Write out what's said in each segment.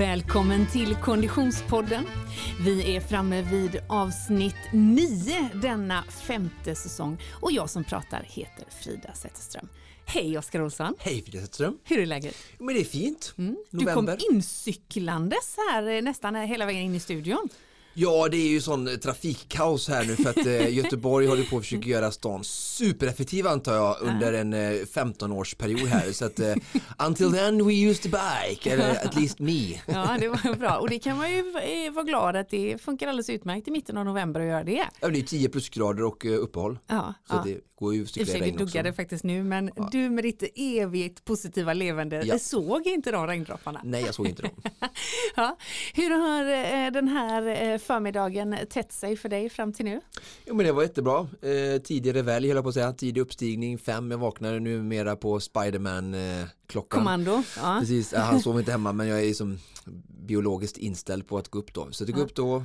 Välkommen till Konditionspodden. Vi är framme vid avsnitt 9 denna 5:e säsong och jag som pratar heter Frida Zetterström. Hej Oskar Olsson. Hej Frida Zetterström. Hur är läget? Men det är fint. Du kom incyklandes här nästan hela vägen in i studion. Ja, det är ju sån trafikkaos här nu för att Göteborg håller på att försöka göra stan supereffektiv antar jag under en 15-årsperiod här. Så att until then we used the bike, eller at least me. Ja, det var bra. Och det kan man ju vara glad att det funkar alldeles utmärkt i mitten av november att göra det. Ja, det är 10 plusgrader och uppehåll. Ja, så det går ju att cykla i regn också. Vi duggade faktiskt nu, men du med ditt evigt positiva levande, det såg inte de regndropparna. Nej, jag såg inte dem. Ja. Hur har den här förmiddagen tätt sig för dig fram till nu? Jo, men det var jättebra. Tidigare välj höll jag på att säga. Tidig uppstigning, 5. Jag vaknade numera på Spiderman-klockan. Kommando. Ja. Precis, han sov inte hemma men jag är som biologiskt inställd på att gå upp då. Så jag gick upp då,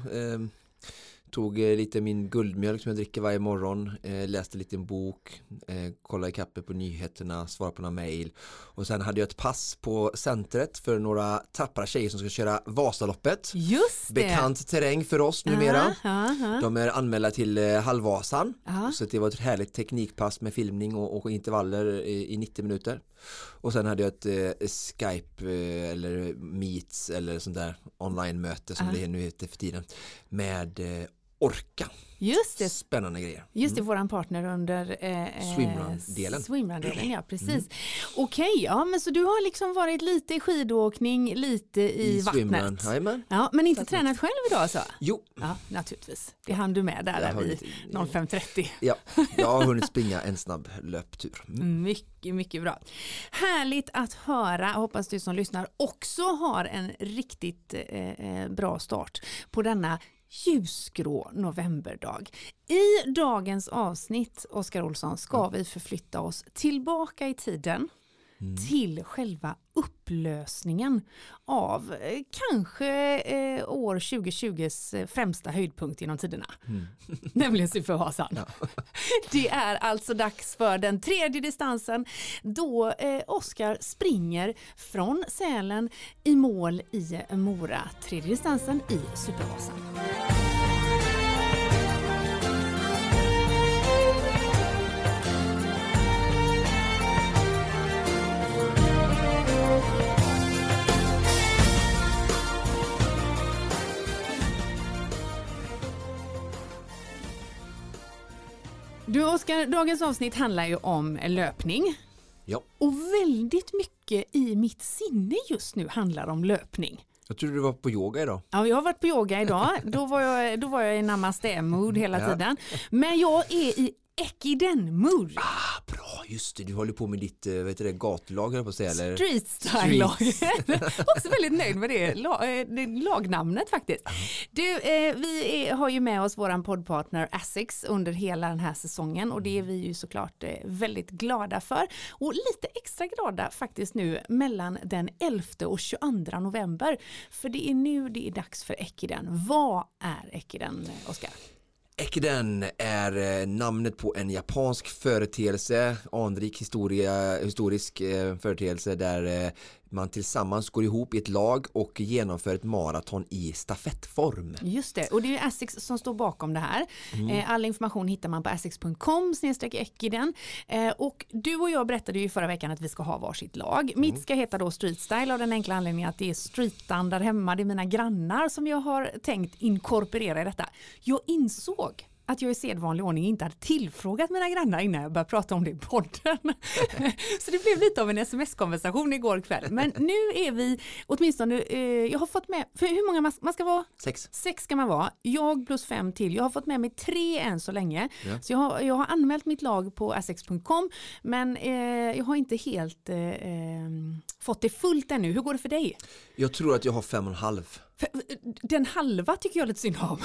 tog lite min guldmjölk som jag dricker varje morgon, läste lite en bok, kollade i kappe på nyheterna, svarade på några mejl och sen hade jag ett pass på centret för några tappra tjejer som ska köra Vasaloppet. Just det. Bekant terräng för oss numera. De är anmälda till Halvvasan, så det var ett härligt teknikpass med filmning och intervaller i 90 minuter. Och sen hade jag ett Skype eller Meets eller sånt där online-möte som det nu heter för tiden med Orka. Just det. Spännande grejer. Just det, våran partner under swimrun-delen. Swimrun-delen, ja, precis. Okej, ja, men så du har liksom varit lite i skidåkning, lite i vattnet. Swimrun, ja, men inte tränat själv idag alltså? Jo. Ja, naturligtvis. Det hann du med där vid 05.30. Ja, jag har hunnit springa en snabb löptur. Mycket, mycket bra. Härligt att höra. Jag hoppas du som lyssnar också har en riktigt bra start på denna ljusgrå novemberdag. I dagens avsnitt, Oskar Olsson, ska vi förflytta oss tillbaka i tiden till själva upplösningen av kanske år 2020s främsta höjdpunkt genom tiderna. Nämligen Supervasan. Ja. Det är alltså dags för den 3:e distansen då Oskar springer från Sälen i mål i Mora. 3:e distansen i Supervasan. Du Oskar, dagens avsnitt handlar ju om löpning. Ja. Och väldigt mycket i mitt sinne just nu handlar om löpning. Jag tror du var på yoga idag. Ja, jag har varit på yoga idag. Då var jag i namaste-mood hela tiden. Men jag är i Ekiden-mood. Bra, just det. Du håller på med ditt gatulag på att säga, eller? Street style-lag. Också väldigt nöjd med det lagnamnet faktiskt. Du, vi har ju med oss våran poddpartner Asics under hela den här säsongen och det är vi ju såklart väldigt glada för. Och lite extra glada faktiskt nu mellan den 11 och 22 november. För det är nu det är dags för Ekiden. Vad är Ekiden, Oskar? Ekiden är namnet på en japansk företeelse, anrik historisk företeelse där man tillsammans går ihop i ett lag och genomför ett maraton i stafettform. Just det, och det är ju Asics som står bakom det här. All information hittar man på asics.com/ekiden. Och du och jag berättade ju förra veckan att vi ska ha varsitt lag. Mitt ska heta då Street Style av den enkla anledningen att det är streetstandard hemma. Det är mina grannar som jag har tänkt inkorporera i detta. Jag insåg att jag i sedvanlig ordning inte hade tillfrågat mina grannar innan jag började prata om det i podden. Så det blev lite av en sms-konversation igår kväll. Men nu är vi åtminstone, jag har fått med, för hur många man ska vara? 6. 6 ska man vara. Jag plus 5 till. Jag har fått med mig 3 än så länge. Ja. Så jag har anmält mitt lag på asics.com men jag har inte helt fått det fullt ännu. Hur går det för dig? Jag tror att jag har 5,5. Den halva tycker jag är lite synd om.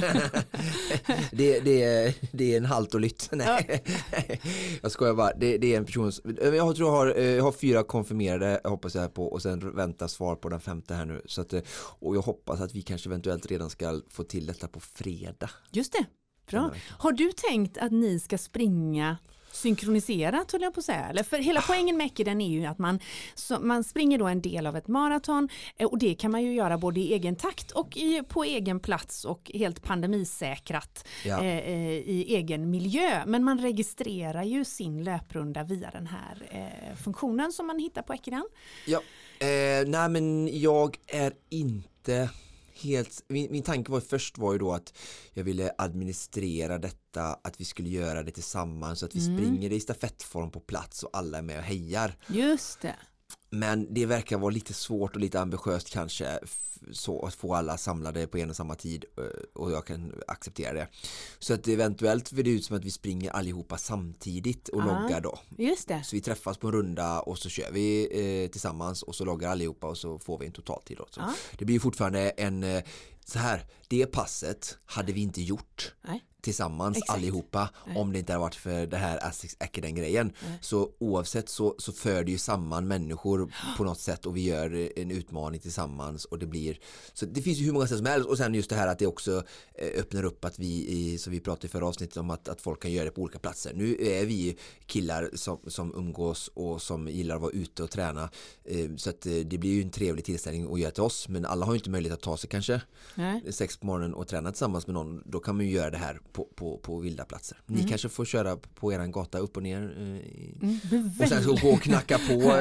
Det är en halt och lytt. Nej. Jag skojar bara. Det är en person. Jag tror jag har 4 konfirmerade, jag hoppas jag på, och sen väntar svar på den 5:e här nu. Så att, och jag hoppas att vi kanske eventuellt redan ska få till detta på fredag. Just det. Bra. Har du tänkt att ni ska springa synkroniserat, höll jag på att säga. Eller för hela poängen med Ekiden är ju att man springer då en del av ett maraton, och det kan man ju göra både i egen takt och på egen plats och helt pandemisäkrat i egen miljö. Men man registrerar ju sin löprunda via den här funktionen som man hittar på Ekiden. Ja, nej men jag är inte helt, min tanke först var ju då att jag ville administrera detta, att vi skulle göra det tillsammans så att vi springer det i stafettform på plats och alla är med och hejar. Just det. Men det verkar vara lite svårt och lite ambitiöst kanske så att få alla samlade på en och samma tid, och jag kan acceptera det. Så att eventuellt vill det ut som att vi springer allihopa samtidigt och loggar då. Just det. Så vi träffas på en runda och så kör vi tillsammans och så loggar allihopa och så får vi en totaltid då. Så det blir ju fortfarande så här, det passet hade vi inte gjort. Nej. Tillsammans allihopa om det inte hade varit för det här Ekiden-grejen. Så oavsett så för det ju samman människor på något sätt, och vi gör en utmaning tillsammans, och det blir, så det finns ju hur många sätt som helst. Och sen just det här att det också öppnar upp att så vi pratade i förra avsnittet om att folk kan göra det på olika platser. Nu är vi killar som umgås och som gillar att vara ute och träna, så att det blir ju en trevlig tillställning att göra till oss, men alla har ju inte möjlighet att ta sig kanske 6 på morgonen och träna tillsammans med någon. Då kan man ju göra det här på vilda platser. Ni kanske får köra på eran gata upp och ner och sen så gå och knacka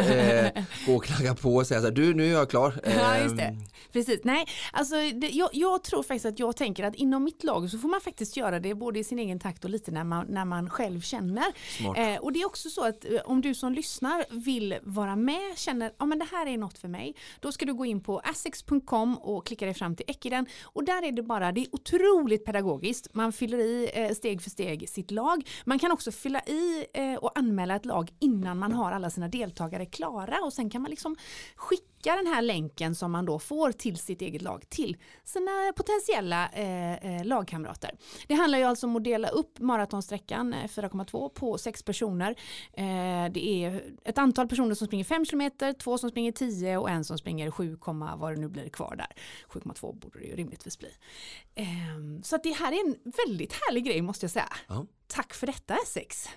på och säga så här, du, nu är jag klar. Ja, just det. Precis. Nej, alltså jag tror faktiskt att jag tänker att inom mitt lag så får man faktiskt göra det både i sin egen takt och lite när man själv känner. Och det är också så att om du som lyssnar vill vara med, känner men det här är något för mig, då ska du gå in på asics.com och klicka dig fram till Ekiden, och där är det är otroligt pedagogiskt. Man fyller i steg för steg sitt lag. Man kan också fylla i och anmäla ett lag innan man har alla sina deltagare klara, och sen kan man liksom skicka den här länken som man då får till sitt eget lag till sina potentiella lagkamrater. Det handlar ju alltså om att dela upp maratonsträckan 4,2 på 6 personer. Det är ett antal personer som springer 5 kilometer, 2 som springer 10 och en som springer 7, vad det nu blir kvar där. 7,2 borde det ju rimligtvis bli. Så att det här är en väldigt härlig grej, måste jag säga. Tack för detta, Asics.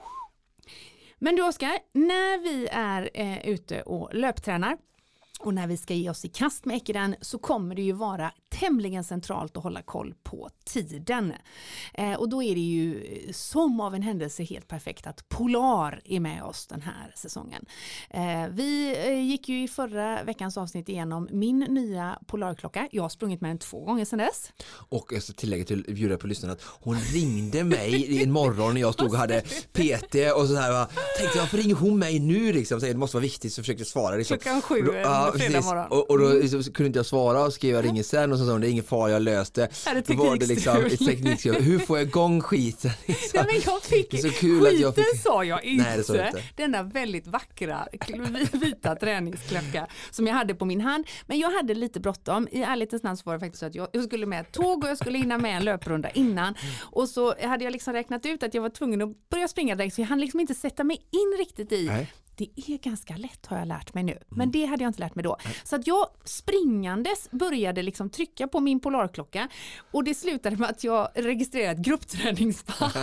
Men du, Oskar, när vi är ute och löptränar och när vi ska ge oss i kast med Ekiden, så kommer det ju vara tämligen centralt att hålla koll på tiden. Och då är det ju som av en händelse helt perfekt att Polar är med oss den här säsongen. Vi gick ju i förra veckans avsnitt igenom min nya Polarklocka. Jag har sprungit med den 2 gånger sedan dess. Och jag ska tillägga till bjuda på lyssnarna att hon ringde mig i en morgon när jag stod och hade PT och så här, tänkte varför ringer hon mig nu liksom? Så det måste vara viktigt, så försökte jag svara liksom. Klockan 7 fredag morgon. Och då liksom, kunde inte jag svara och skrev jag ringer sen, och så sa hon, det är ingen fara, jag löste. Då var det liksom ett teknikstrul. Hur får jag igång skiten? Liksom. Nej, men jag fick, det är så kul skiten att jag fick... sa jag inte. Nej, det sa inte. Denna väldigt vackra vita träningsklocka som jag hade på min hand. Men jag hade lite bråttom. I ärlighetens namn så var det faktiskt så att jag skulle med ett tåg och jag skulle hinna med en löprunda innan. Och så hade jag liksom räknat ut att jag var tvungen att börja springa direkt, så jag hann liksom inte sätta mig in riktigt i. Nej. Det är ganska lätt, har jag lärt mig nu. Men det hade jag inte lärt mig då. Så att jag springandes började liksom trycka på min Polarklocka. Och det slutade med att jag registrerade ett gruppträningspass.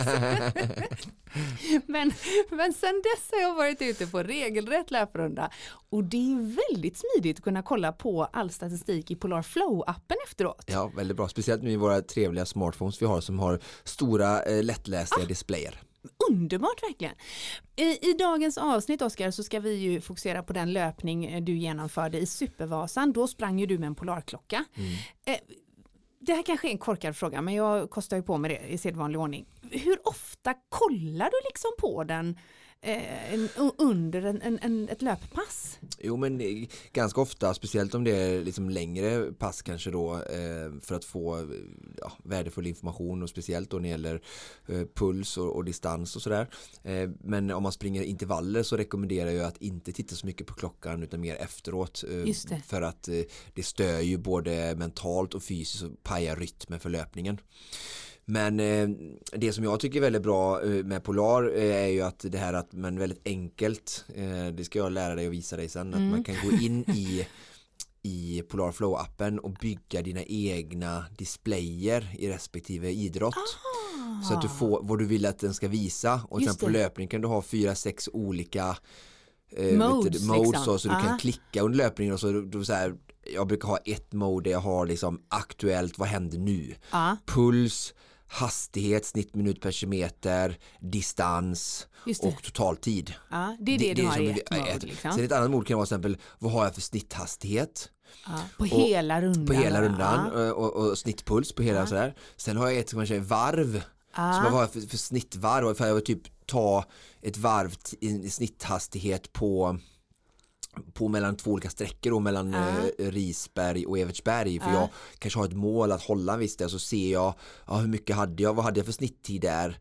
men sen dess har jag varit ute på regelrätt löprunda. Och det är väldigt smidigt att kunna kolla på all statistik i Polar Flow-appen efteråt. Ja, väldigt bra. Speciellt med våra trevliga smartphones vi har som har stora lättläsliga displayer. Underbart verkligen. I dagens avsnitt, Oskar, så ska vi ju fokusera på den löpning du genomförde i Supervasan. Då sprang ju du med en Polarklocka. Det här kanske är en korkad fråga, men jag kostar ju på med det i sedvanlig ordning. Hur ofta kollar du liksom på den under ett löppass? Jo, men ganska ofta, speciellt om det är liksom längre pass kanske då, för att få värdefull information, och speciellt då när det gäller puls och distans och sådär. Men om man springer intervaller så rekommenderar jag att inte titta så mycket på klockan utan mer efteråt. För att det stör ju både mentalt och fysiskt och pajar rytmen för löpningen. Men det som jag tycker är väldigt bra med Polar är ju att det här att man väldigt enkelt, det ska jag lära dig och visa dig sen, att man kan gå in i Polar Flow-appen och bygga dina egna displayer i respektive idrott. Så att du får vad du vill att den ska visa. Och Just sen på det. löpning kan du ha 4-6 olika Modes, liksom. så du kan klicka under löpningen och så här, jag brukar ha ett mode där jag har liksom aktuellt, vad händer nu? Puls, hastighet, snittminut per kilometer, distans och totaltid. Ja, det är det du har i ett mode. Liksom. Sen ett annat mode kan vara till exempel, vad har jag för snitthastighet? På hela rundan. Och snittpuls på hela sådär. Sen har jag ett som man säger varv. Så vad har jag för snittvarv? Och för jag vill typ ta ett varv i snitthastighet på mellan 2 olika sträckor då, mellan Risberg och Evertsberg, för jag kanske har ett mål att hålla en viss där, så ser jag hur mycket vad hade jag för snitttid där,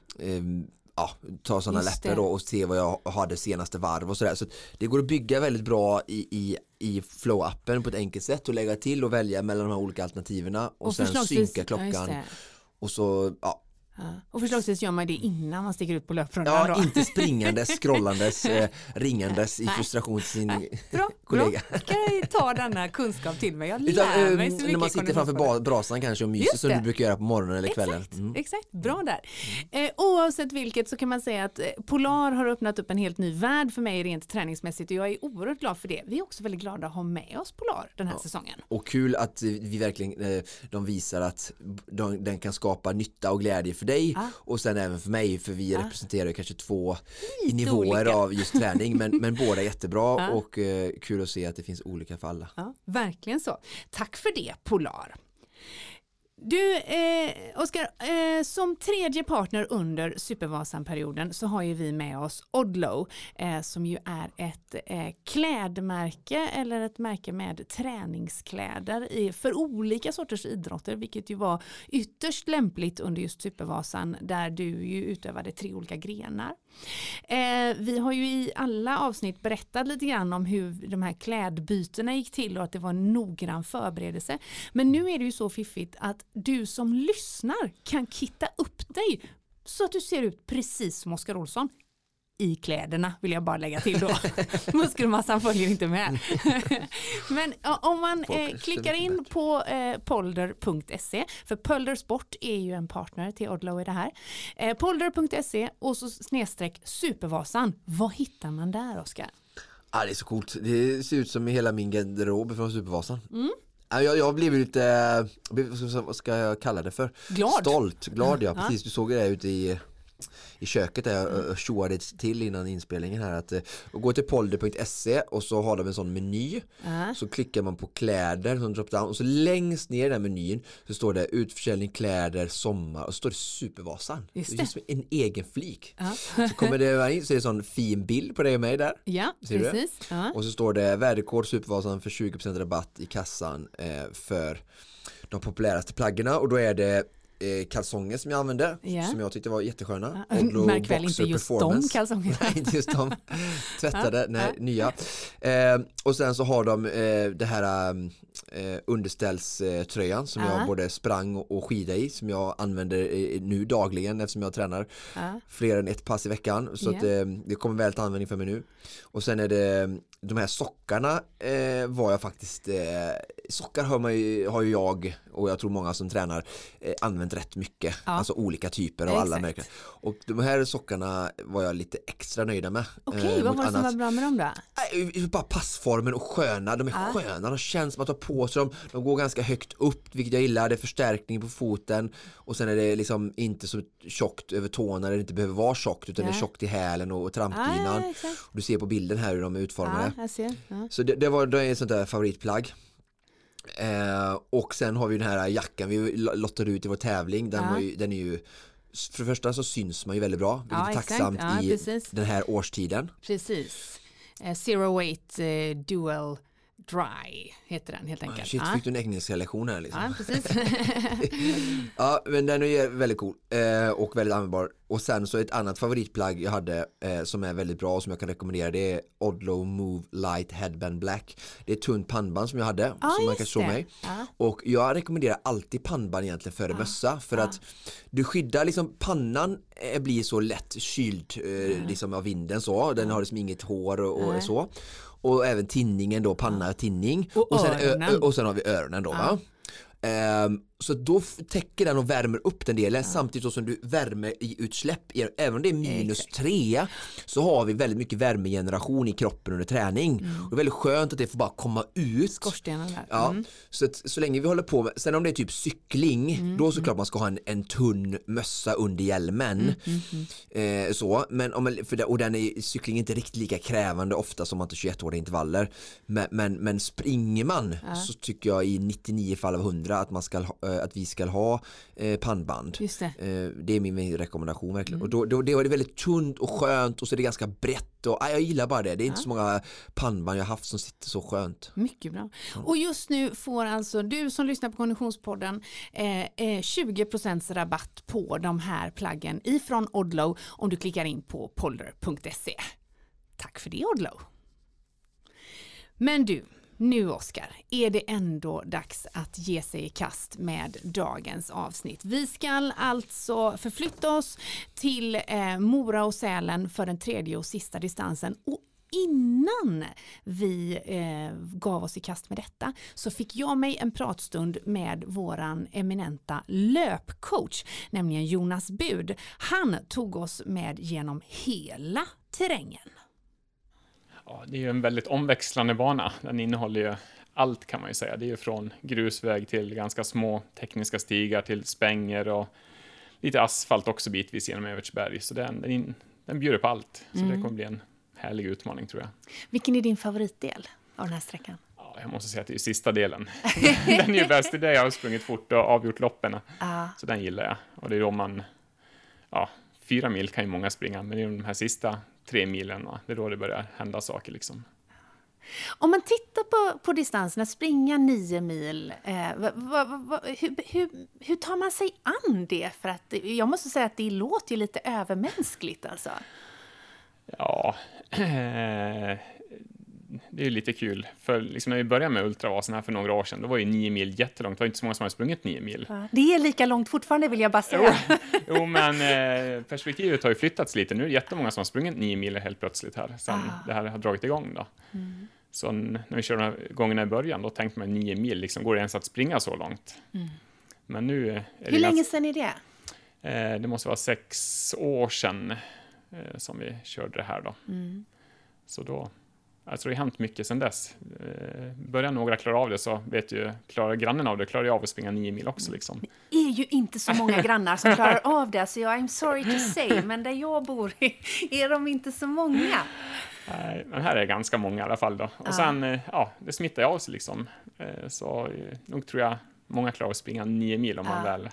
ta sådana läppar då och se vad jag hade senaste varv och sådär. Så det går att bygga väldigt bra i Flow-appen på ett enkelt sätt och lägga till och välja mellan de här olika alternativerna och sen synka klockan och så och förslagsvis gör man det innan man sticker ut på löprundan. Ja, inte springandes, scrollandes, ringandes i frustration till sin kollega. Bra, ska jag ta denna kunskap till mig. Jag lär mig så mycket. När man sitter framför brasan kanske och myser som du brukar göra på morgonen eller kvällen. Exakt, bra där. Oavsett vilket så kan man säga att Polar har öppnat upp en helt ny värld för mig rent träningsmässigt och jag är oerhört glad för det. Vi är också väldigt glada att ha med oss Polar den här säsongen. Och kul att vi verkligen de visar att den kan skapa nytta och glädje för dig och sen även för mig, för vi representerar kanske 2 nivåer av just träning, men båda är jättebra och kul att se att det finns olika för alla. Ja, verkligen så. Tack för det, Polar. Du, Oskar, som tredje partner under Supervasan-perioden så har ju vi med oss Odlo, som ju är ett klädmärke eller ett märke med träningskläder för olika sorters idrotter, vilket ju var ytterst lämpligt under just Supervasan där du ju utövade 3 olika grenar. Vi har ju i alla avsnitt berättat lite grann om hur de här klädbytena gick till och att det var en noggrann förberedelse. Men nu är det ju så fiffigt att du som lyssnar kan kitta upp dig så att du ser ut precis som Oskar Olsson. I kläderna vill jag bara lägga till då. Muskelmassan följer inte med. Men om man klickar in på polder.se, för Polder Sport är ju en partner till Odlo i det här. Polder.se och så -- Supervasan. Vad hittar man där, Oskar? Det är så coolt. Det ser ut som hela min garderob från Supervasan. Jag blev lite, vad ska jag kalla det för? Glad, ja. Precis, du såg det där ute i köket där jag tjoade till innan inspelningen här att gå till polder.se och så har de en sån meny, så klickar man på kläder som drop down och så längst ner i den menyn så står det utförsäljning kläder sommar och så står det Supervasan. Det är som en egen flik. Så kommer det in så är det en sån fin bild på dig och mig där. Ja, ser precis. Och så står det värdekod Supervasan för 20% rabatt i kassan för de populäraste plaggerna och då är det kalsonger som jag använde som jag tyckte var jättesköna. Märk väl inte just de kalsongerna. Nej, inte just de. Tvättade, nya. Och sen så har de det här underställströjan som jag både sprang och skida i, som jag använder nu dagligen eftersom jag tränar fler än 1 pass i veckan. Så att, det kommer väl till användning för mig nu. Och sen är det de här sockarna var jag faktiskt sockar har ju jag och jag tror många som tränar använt rätt mycket, alltså olika typer av alla märken. Och de här sockarna var jag lite extra nöjda med. Okej, vad var det som var bra med dem då? Bara passformen och sköna, de är sköna, de känns som att ta på sig dem, de går ganska högt upp, vilket jag gillar, det är förstärkning på foten och sen är det liksom inte så tjockt över tårna, det inte behöver vara tjockt utan det är tjockt i hälen och trampdynan. Du ser på bilden här hur de är utformade. Jag ser. Så det var ett sånt där favoritplagg. Och sen har vi den här jackan vi lottade ut i vår tävling. Den är ju, för det första så syns man ju väldigt bra, vilket är tacksamt i den här årstiden. Precis. Zero Weight Dual Dry heter den helt enkelt. Shit, fick du en engelska lektion här liksom. Ja, precis. Ja, men den är väldigt cool och väldigt användbar. Och sen så ett annat favoritplagg jag hade som är väldigt bra och som jag kan rekommendera, det är Odlo Move Light Headband Black. Det är ett tunt pannband som jag hade som man kan se mig. Och jag rekommenderar alltid pannband egentligen före mössa för att du skyddar liksom pannan blir så lätt kyld liksom av vinden så. Den har liksom inget hår och så. Och även tinningen då, panna och tinning. Och sen har vi öronen då va? Så då täcker den och värmer upp den delen samtidigt som du värmer i utsläpp. Även om det är -3 så har vi väldigt mycket värmegeneration i kroppen under träning. Och det är väldigt skönt att det får bara komma ut. Skorstenen där. Ja, så länge vi håller på med, sen om det är typ cykling, då såklart man ska ha en tunn mössa under hjälmen. Så, men och cykling är inte riktigt lika krävande ofta som man tar 21-åriga intervaller. Men springer man så tycker jag i 99 fall av 100 att vi ska ha pannband. Just det. Det är min rekommendation verkligen. Och då är det väldigt tunt och skönt och så är det ganska brett och jag gillar bara det. Det är inte så många pannband jag har haft som sitter så skönt. Mycket bra. Och just nu får alltså du som lyssnar på Konditionspodden 20% rabatt på de här plaggen ifrån Odlo om du klickar in på polder.se. Tack för det, Odlo. Men du, nu Oskar, är det ändå dags att ge sig i kast med dagens avsnitt. Vi ska alltså förflytta oss till Mora och Sälen för den 3:e och sista distansen. Och innan vi gav oss i kast med detta så fick jag mig en pratstund med våran eminenta löpcoach, nämligen Jonas Bud. Han tog oss med genom hela terrängen. Ja, det är ju en väldigt omväxlande bana. Den innehåller ju allt kan man ju säga. Det är ju från grusväg till ganska små tekniska stigar till spänger och lite asfalt också bitvis genom Evertsberg. Så den bjuder på allt. Så det kommer bli en härlig utmaning tror jag. Vilken är din favoritdel av den här sträckan? Ja, jag måste säga att det är sista delen. Den är ju bäst. Det är där jag har sprungit fort och avgjort loppen. Så den gillar jag. Och det är då man... 4 mil kan ju många springa, men det är de här sista 3 milen, det är då det börjar hända saker liksom. Om man tittar på distansen, att springa 9 mil, hur tar man sig an det? För att jag måste säga att det låter ju lite övermänskligt alltså. Ja, det är ju lite kul. För liksom när vi började med ultravasen här för några år sedan, då var ju 9 mil jättelångt. Det var inte så många som hade sprungit 9 mil. Det är lika långt fortfarande vill jag bara säga. Jo, men perspektivet har ju flyttats lite. Nu är det jättemånga som har sprungit 9 mil helt plötsligt här. Sen det här har dragit igång då. Så när vi körde de här gångerna i början, då tänkte man 9 mil, liksom, går det ens att springa så långt? Men nu är det hur länge sedan är det? Det måste vara 6 år sedan som vi körde det här då. Så då... Alltså det har hänt mycket sedan dess. Börjar några klara av det så vet ju, klarar grannen av det, klarar jag av att springa 9 mil också liksom. Det är ju inte så många grannar som klarar av det, så I'm sorry to say, men där jag bor är de inte så många. Nej, men här är ganska många i alla fall då. Och sen, det smittar ju av sig liksom. Så nog tror jag många klarar att springa 9 mil om man väl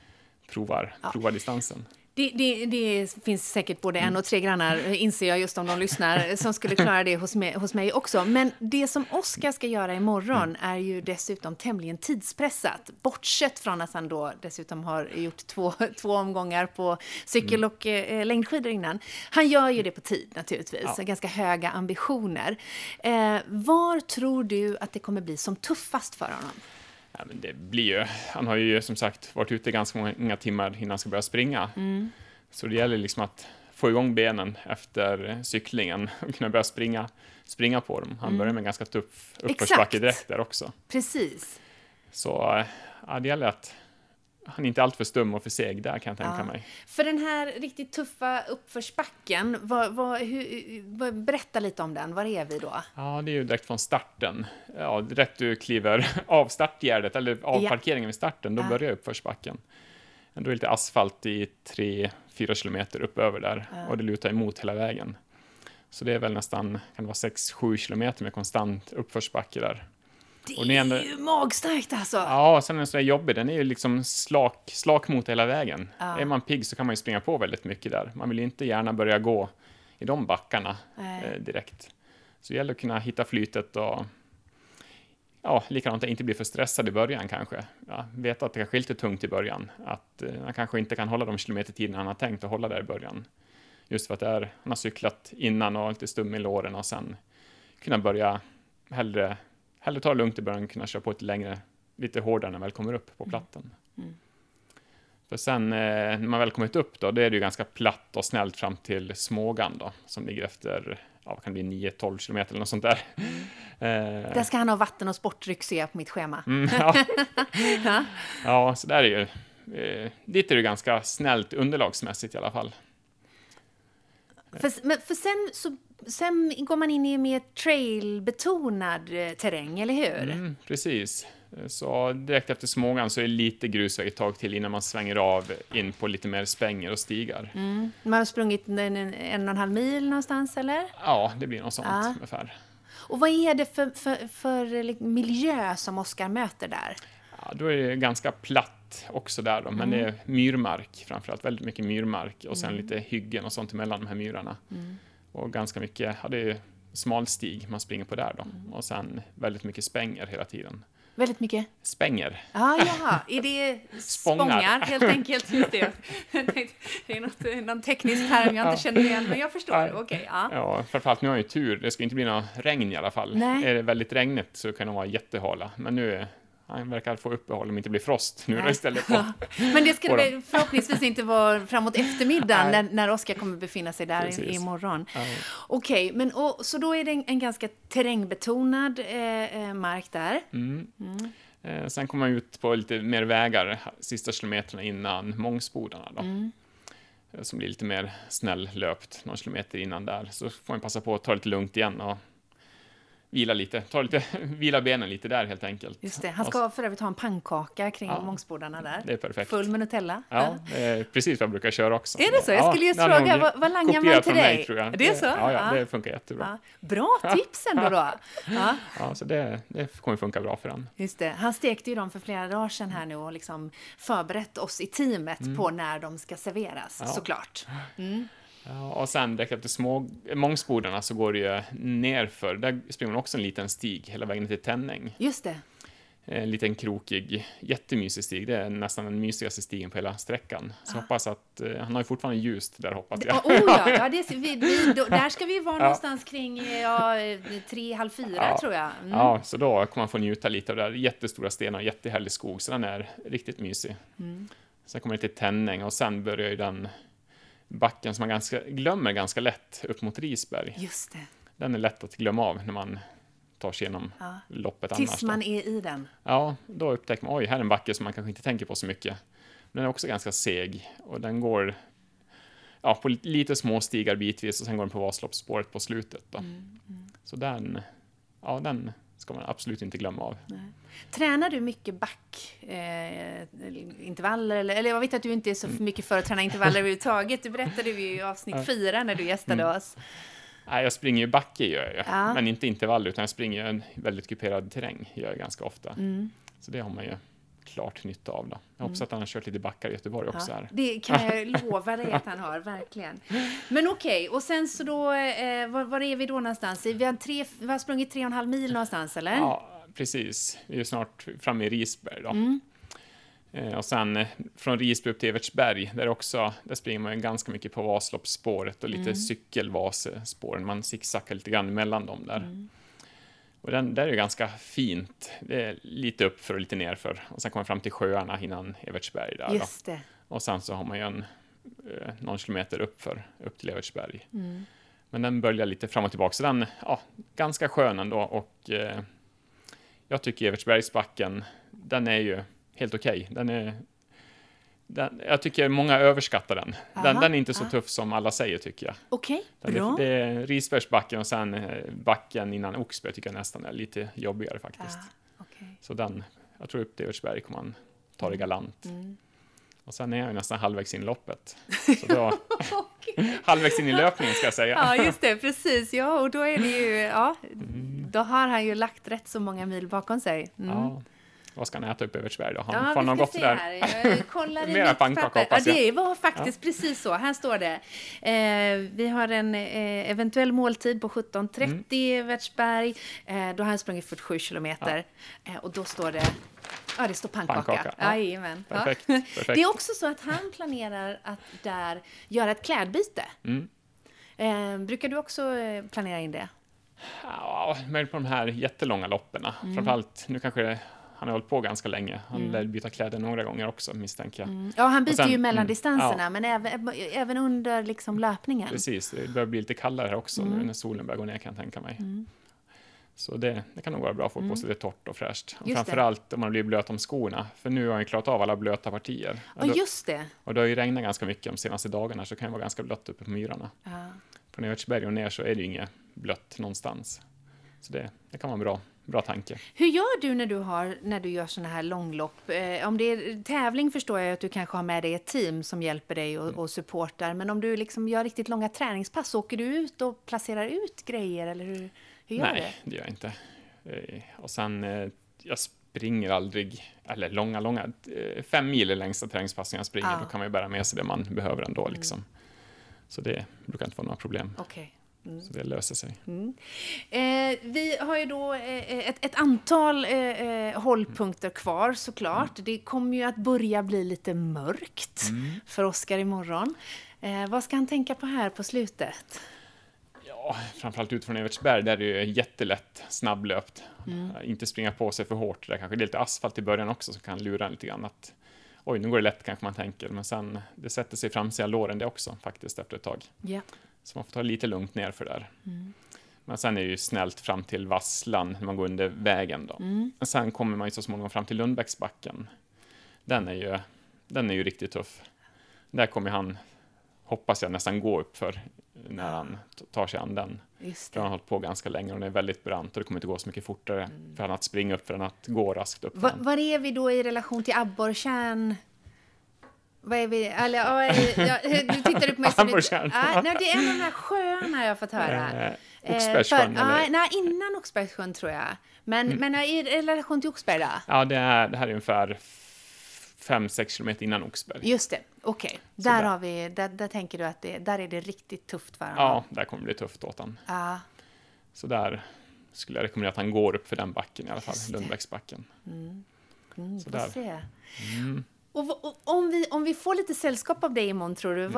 provar distansen. Det finns säkert både 1 och 3 grannar, inser jag just om de lyssnar, som skulle klara det hos mig också. Men det som Oskar ska göra imorgon är ju dessutom tämligen tidspressat. Bortsett från att han då dessutom har gjort två omgångar på cykel och längdskidor innan. Han gör ju det på tid naturligtvis, ganska höga ambitioner. Var tror du att det kommer bli som tuffast för honom? Ja, men det blir ju, han har ju som sagt varit ute ganska många timmar innan han ska börja springa. Så det gäller liksom att få igång benen efter cyklingen och kunna börja springa på dem. Han börjar med en ganska tuff uppförsbacke direkt där också. Precis. Så det gäller att han är inte allt för stum och för seg där, kan jag tänka mig. För den här riktigt tuffa uppförsbacken, berätta lite om den. Var är vi då? Ja, det är ju direkt från starten. Ja, direkt du kliver av startgärdet eller av parkeringen vid starten, då börjar uppförsbacken. Då är det lite asfalt i 3-4 kilometer uppöver där och det lutar emot hela vägen. Så det är väl nästan, kan det vara 6-7 kilometer med konstant uppförsbacke där. Det är ju magstarkt alltså. Ja, sen är den så där jobbig. Den är ju liksom slak mot hela vägen. Är man pigg så kan man ju springa på väldigt mycket där. Man vill ju inte gärna börja gå i de backarna direkt. Så det gäller att kunna hitta flytet och likadant att inte bli för stressad i början kanske. Veta att det kanske är lite tungt i början. Att man kanske inte kan hålla de kilometertiden han har tänkt att hålla där i början. Just för att han har cyklat innan och lite stum i låren och sen kunna börja hellre ta det lugnt i början och kunna köra på lite hårdare när man väl kommer upp på platten. För sen när man väl kommit upp då, det är det ju ganska platt och snällt fram till Smågan då, som ligger efter vad kan det bli, 9-12 kilometer eller något sånt där. Där ska han ha vatten och sportdryck, ser jag på mitt schema. Ja, så där är ju, dit är det ganska snällt underlagsmässigt i alla fall. För sen går man in i mer trailbetonad terräng, eller hur? Precis. Så direkt efter Smågan så är det lite grusväg ett tag till innan man svänger av in på lite mer spänger och stigar. Man har sprungit 1,5 mil någonstans, eller? Ja, det blir något sånt ungefär. Och vad är det för miljö som Oskar möter där? Ja, då är det ganska platt också där då, men det är myrmark framförallt, väldigt mycket myrmark och sen lite hyggen och sånt emellan de här myrarna. Och ganska mycket, det är smalstig man springer på där då. Och sen väldigt mycket spänger hela tiden. Väldigt mycket? Spänger. Jaha. Är det spångar helt enkelt? Just det. Det är någon teknisk term jag inte känner igen, men jag förstår. Okej, Ja, framförallt nu har jag ju tur. Det ska inte bli någon regn i alla fall. Nej. Är det väldigt regnigt så kan det vara jättehala. Men nu han verkar få uppehåll om det inte blir frost nu då istället på. Men det ska det förhoppningsvis inte vara framåt eftermiddagen när Oskar kommer befinna sig där imorgon. Okej, men så då är det en ganska terrängbetonad mark där. Sen kommer man ut på lite mer vägar sista kilometerna innan Mångsbodarna då. Som blir lite mer snälllöpt någon kilometer innan där. Så får man passa på att ta lite lugnt igen och vila benen lite där helt enkelt. Just det, han ska för övrigt ha en pannkaka kring Mångsbodarna där. Det är perfekt. Full med Nutella. Ja, det är precis vad jag brukar köra också. Är det så? Jag skulle just fråga, vad langar man till dig? Mig, tror jag. Det är så? Ja, det funkar jättebra. Bra tips ändå då. Ja, så det kommer funka bra för han. Just det, han stekte ju dem för flera dagar sedan här nu och liksom förberett oss i teamet på när de ska serveras, såklart. Ja, och sen direkt efter Mångsbodarna så går det ju nerför. Där springer man också en liten stig hela vägen till Tänning. Just det. En liten krokig, jättemysig stig. Det är nästan den mysigaste stigen på hela sträckan. Så hoppas att, han har ju fortfarande ljust där, hoppas jag. Där ska vi vara någonstans kring 3-4 tror jag. Ja, så då kommer man få njuta lite av det där. Jättestora stenar, jättehärlig skog, så den är riktigt mysig. Sen kommer det till Tänning och sen börjar ju den backen som man glömmer ganska lätt upp mot Risberg. Just det. Den är lätt att glömma av när man tar sig igenom loppet annars. Tills man är i den. Ja, då upptäcker man, här är en backe som man kanske inte tänker på så mycket. Men den är också ganska seg och den går på lite små stigar bitvis och sen går den på Vasaloppsspåret på slutet då. Så den ska man absolut inte glömma av. Nej. Tränar du mycket intervaller eller jag vet att du inte är så mycket för att träna intervaller överhuvudtaget. Du berättade ju i avsnitt 4 när du gästade oss. Nej, jag springer ju backe gör jag. Men inte intervaller utan jag springer en väldigt kuperad terräng gör jag ganska ofta. Så det har man ju klart nytta av då. Jag hoppas att han har kört lite backar i Göteborg också här. Det kan jag lova dig att han har, verkligen. Men okej, och sen så då, var är vi då någonstans? Vi har sprungit 3,5 mil någonstans, eller? Ja, precis. Vi är snart framme i Risberg då. Och sen från Risberg upp till Evertsberg, där springer man ganska mycket på Vasaloppsspåret och lite cykelvasespåren. Man zigzaggar lite grann mellan dem där. Och där är ju ganska fint. Det är lite uppför och lite nerför. Och sen kommer man fram till sjöarna innan Evertsberg där. Just det. Och sen så har man ju någon kilometer upp till Evertsberg. Men den böljar lite fram och tillbaka. Så den ganska skön ändå. Och jag tycker Evertsbergsbacken, den är ju helt okej. Jag tycker många överskattar den. Den är inte så tuff som alla säger, tycker jag. Okej, bra. Det är Risbergsbacken och sen backen innan Oxberg tycker jag nästan är lite jobbigare faktiskt. Så jag tror upp till Evertsberg kommer man ta det galant. Och sen är jag ju nästan halvvägs in i loppet. Så då, halvvägs in i löpningen ska jag säga. Ja, just det, precis. Ja, och då är det ju, då har han ju lagt rätt så många mil bakom sig. Ja. Vad ska han äta upp Evertsberg då? Han får någon gott där. Jag kollar i mera pannkaka, hoppas jag. Det var faktiskt precis så. Här står det. Vi har en eventuell måltid på 17:30 Evertsberg. Då har han sprungit 47 kilometer. Och då står det... Ja, det står pannkaka. Jajamän. Perfekt. Det är också så att han planerar att där göra ett klädbyte. Brukar du också planera in det? Ja, men på de här jättelånga loppen. Framförallt, nu kanske han har hållit på ganska länge. Han lär byta kläder några gånger också, misstänker jag. Ja, han byter ju mellan distanserna, men även under liksom löpningen. Precis, det börjar bli lite kallare här också nu när solen börjar gå ner, kan jag tänka mig. Så det kan nog vara bra att få på sig det torrt och fräscht. Och framförallt om man blir blöt om skorna. För nu har jag klarat av alla blöta partier. Just det. Och det har ju regnat ganska mycket de senaste dagarna, så det kan ju vara ganska blött uppe på myrarna. Från Evertsberg och ner så är det ju inget blött någonstans. Så det kan vara en bra tanke. Hur gör du när du gör såna här långlopp? Om det är tävling förstår jag att du kanske har med dig ett team som hjälper dig och supportar. Men om du liksom gör riktigt långa träningspass, åker du ut och placerar ut grejer? Eller hur gör du? Nej, det gör jag inte. Och sen, jag springer aldrig, eller långa 5 mil är längsta träningspassen jag springer. Då kan man ju bära med sig det man behöver ändå. Liksom. Så det brukar inte vara några problem. Okej. Så det löser sig. Vi har ju då ett antal hållpunkter kvar såklart. Det kommer ju att börja bli lite mörkt för Oskar imorgon. Vad ska han tänka på här på slutet? Ja, framförallt ut från Evertsberg där är det ju jättelätt snabblöpt. Inte springa på sig för hårt. Där kanske det är lite asfalt i början också som kan lura en lite grann att oj, nu går det lätt kanske man tänker. Men sen, det sätter sig framsida låren det också faktiskt efter ett tag. Yeah. Så man får ta lite lugnt ner för där. Men sen är det ju snällt fram till Vasslan när man går under vägen då. Men sen kommer man ju så småningom fram till Lundbäcksbacken. Den är ju riktigt tuff. Där kommer han, hoppas jag, nästan gå upp för när han tar sig an den. Just det. För han har hållit på ganska länge och den är väldigt brant och det kommer inte gå så mycket fortare för han att springa upp för än att gå raskt upp. Var är vi då i relation till Abborrtjärn? Vad är vi? Eller, du tittar på mig. Abborrtjärn. Nej, det är en av de här sjöarna jag har fått höra. Oxbergssjön? Nej, innan Oxbergssjön tror jag. Men i relation till Oxberg då? Ja, det här är ungefär 5-6 kilometer innan Oxberg. Just det, okej. Där tänker du att där är det riktigt tufft för honom. Ja, där kommer det bli tufft åt han. Så där skulle jag rekommendera att han går upp för den backen i alla fall, Lundbäcksbacken. Så där. Se. Och om vi får lite sällskap av dig imorgon, tror du,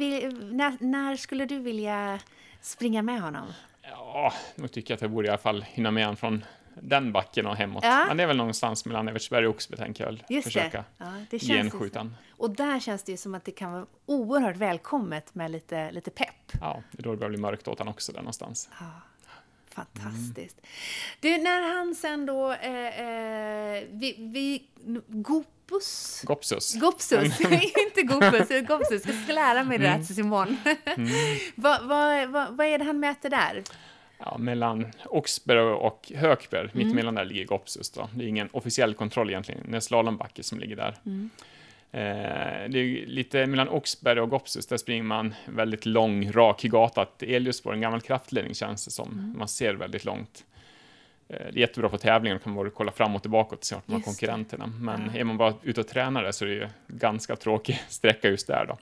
när skulle du vilja springa med honom? Ja, nu tycker jag att jag borde i alla fall hinna med honom från den backen och hemåt. Men det är väl någonstans mellan Evertsberg och Oxberg, tänker jag väl. Försöka genskjutan. Och där känns det ju som att det kan vara oerhört välkommet med lite pepp. Ja, det är då det börjar bli mörkt åt han också där någonstans. Ja, fantastiskt. Du, när han sen då Gopsus, inte Gopsus. Jag ska lära mig det tills imorgon. Vad är det han mäter där? Ja, mellan Oxberg och Hökberg, mittemellan där ligger Gopsus då. Det är ingen officiell kontroll egentligen, det är slalombacke som ligger där. Det är lite mellan Oxberg och Gopsus, där springer man väldigt lång, rak gata, ett elljusspår, en gammal kraftledning känns det som. Man ser väldigt långt. Det är jättebra på tävlingar, då kan man bara kolla framåt och bakåt och se de här konkurrenterna. Men är man bara ute och tränar där så är det ju ganska tråkig sträcka just där då.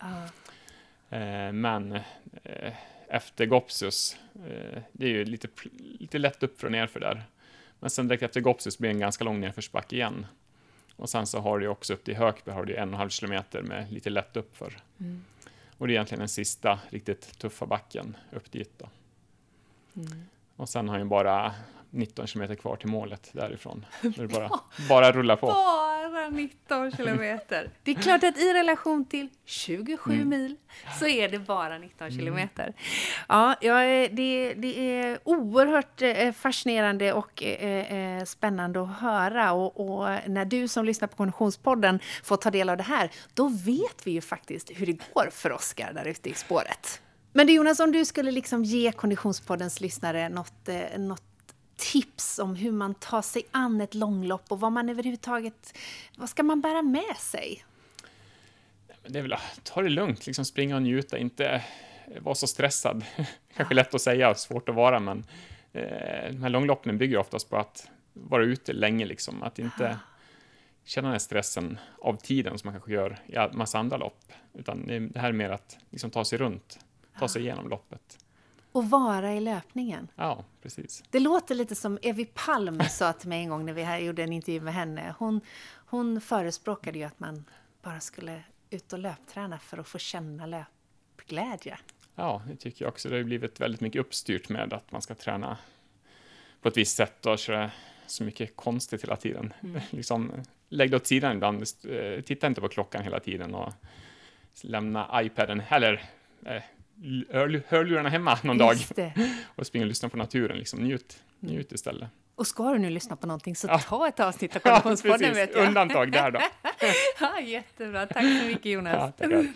Men efter Gopsus, det är ju lite lätt upp för och ner för där. Men sen direkt efter Gopsus blir det en ganska lång nerförsbacke igen. Och sen så har du också upp till Hökberg har du 1,5 kilometer med lite lätt upp för. Och det är egentligen den sista riktigt tuffa backen upp dit då. Och sen har ju bara 19 kilometer kvar till målet därifrån. Det är bara rulla på. Bara 19 kilometer. Det är klart att i relation till 27 mil så är det bara 19 kilometer. Ja, det är oerhört fascinerande och spännande att höra. Och när du som lyssnar på Konditionspodden får ta del av det här, då vet vi ju faktiskt hur det går för Oskar där ute i spåret. Men du Jonas, om du skulle liksom ge Konditionspoddens lyssnare något tips om hur man tar sig an ett långlopp och vad man överhuvudtaget, vad ska man bära med sig? Det är väl att ta det lugnt, liksom springa och njuta, inte vara så stressad. Kanske lätt att säga och svårt att vara, men de här långloppen bygger oftast på att vara ute länge, liksom, att inte känna den här stressen av tiden som man kanske gör i en massa andra lopp, utan det här är mer att liksom ta sig runt, ta sig igenom loppet. Och vara i löpningen. Ja, precis. Det låter lite som Evi Palm sa till mig en gång när vi här gjorde en intervju med henne. Hon förespråkade ju att man bara skulle ut och löpträna för att få känna löpglädje. Ja, det tycker jag också. Det har blivit väldigt mycket uppstyrt med att man ska träna på ett visst sätt och köra så mycket konstigt hela tiden. Liksom, lägg det åt sidan ibland, titta inte på klockan hela tiden och lämna iPaden eller hörlurarna hemma någon dag och springa och lyssna på naturen. Liksom, njut istället. Och ska du nu lyssna på någonting så ta ett avsnitt av Konditionspodden, vet jag. Undantag där då. Ja, jättebra. Tack så mycket, Jonas. Ja, tackar.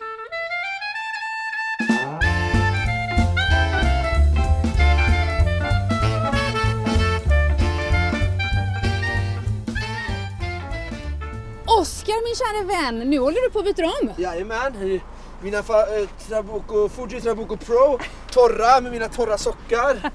Oskar, min kära vän, nu håller du på att byta om. Jajamän, mina Fuji Trabuco Pro, torra med mina torra sockar.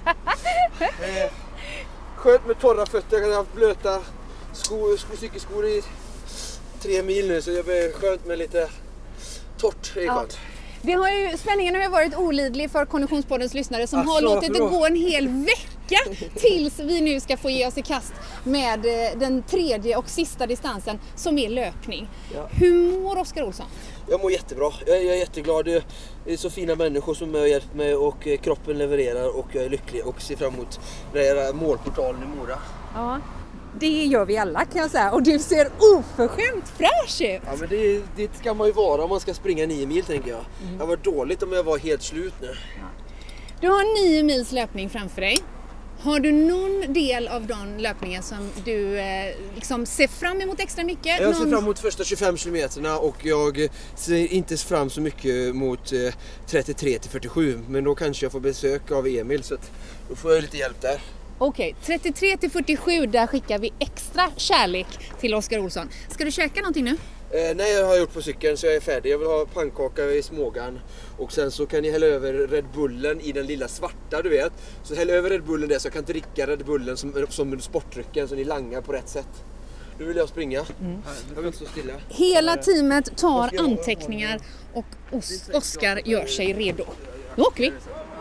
Skönt med torra fötter, jag har haft blöta cykelskor i 3 mil nu, så det blir skönt med lite torrt i skönt. Spänningen har ju varit olidlig för Konditionspoddens lyssnare som har låtit det gå en hel vecka tills vi nu ska få ge oss i kast med den tredje och sista distansen som är löpning. Ja. Hur mår Oskar Olsson? Jag mår jättebra. Jag är jätteglad. Det är så fina människor som har hjälpt mig och kroppen levererar och jag är lycklig och ser fram emot den här målportalen i Mora. Ja. Det gör vi alla, kan jag säga. Och du ser oförskämt fräsch ut. Ja, men det ska man ju vara om man ska springa 9 mil, tänker jag. Det var dåligt om jag var helt slut nu. Ja. Du har 9 mils löpning framför dig. Har du någon del av den löpningen som du liksom ser fram emot extra mycket? Jag ser fram emot första 25 kilometerna och jag ser inte fram så mycket mot 33-47. Men då kanske jag får besök av Emil, så att då får jag lite hjälp där. Okej, 33-47, där skickar vi extra kärlek till Oskar Olsson. Ska du käka någonting nu? Nej, jag har gjort på cykeln så jag är färdig. Jag vill ha pannkaka i smågan. Och sen så kan ni hälla över Red Bullen i den lilla svarta, du vet. Så häll över Red Bullen där så jag kan dricka Red Bullen som sportdrycken så ni langar på rätt sätt. Nu vill jag springa. Jag vill inte stå stilla. Hela teamet tar anteckningar och Oskar gör sig redo. Nu åker vi!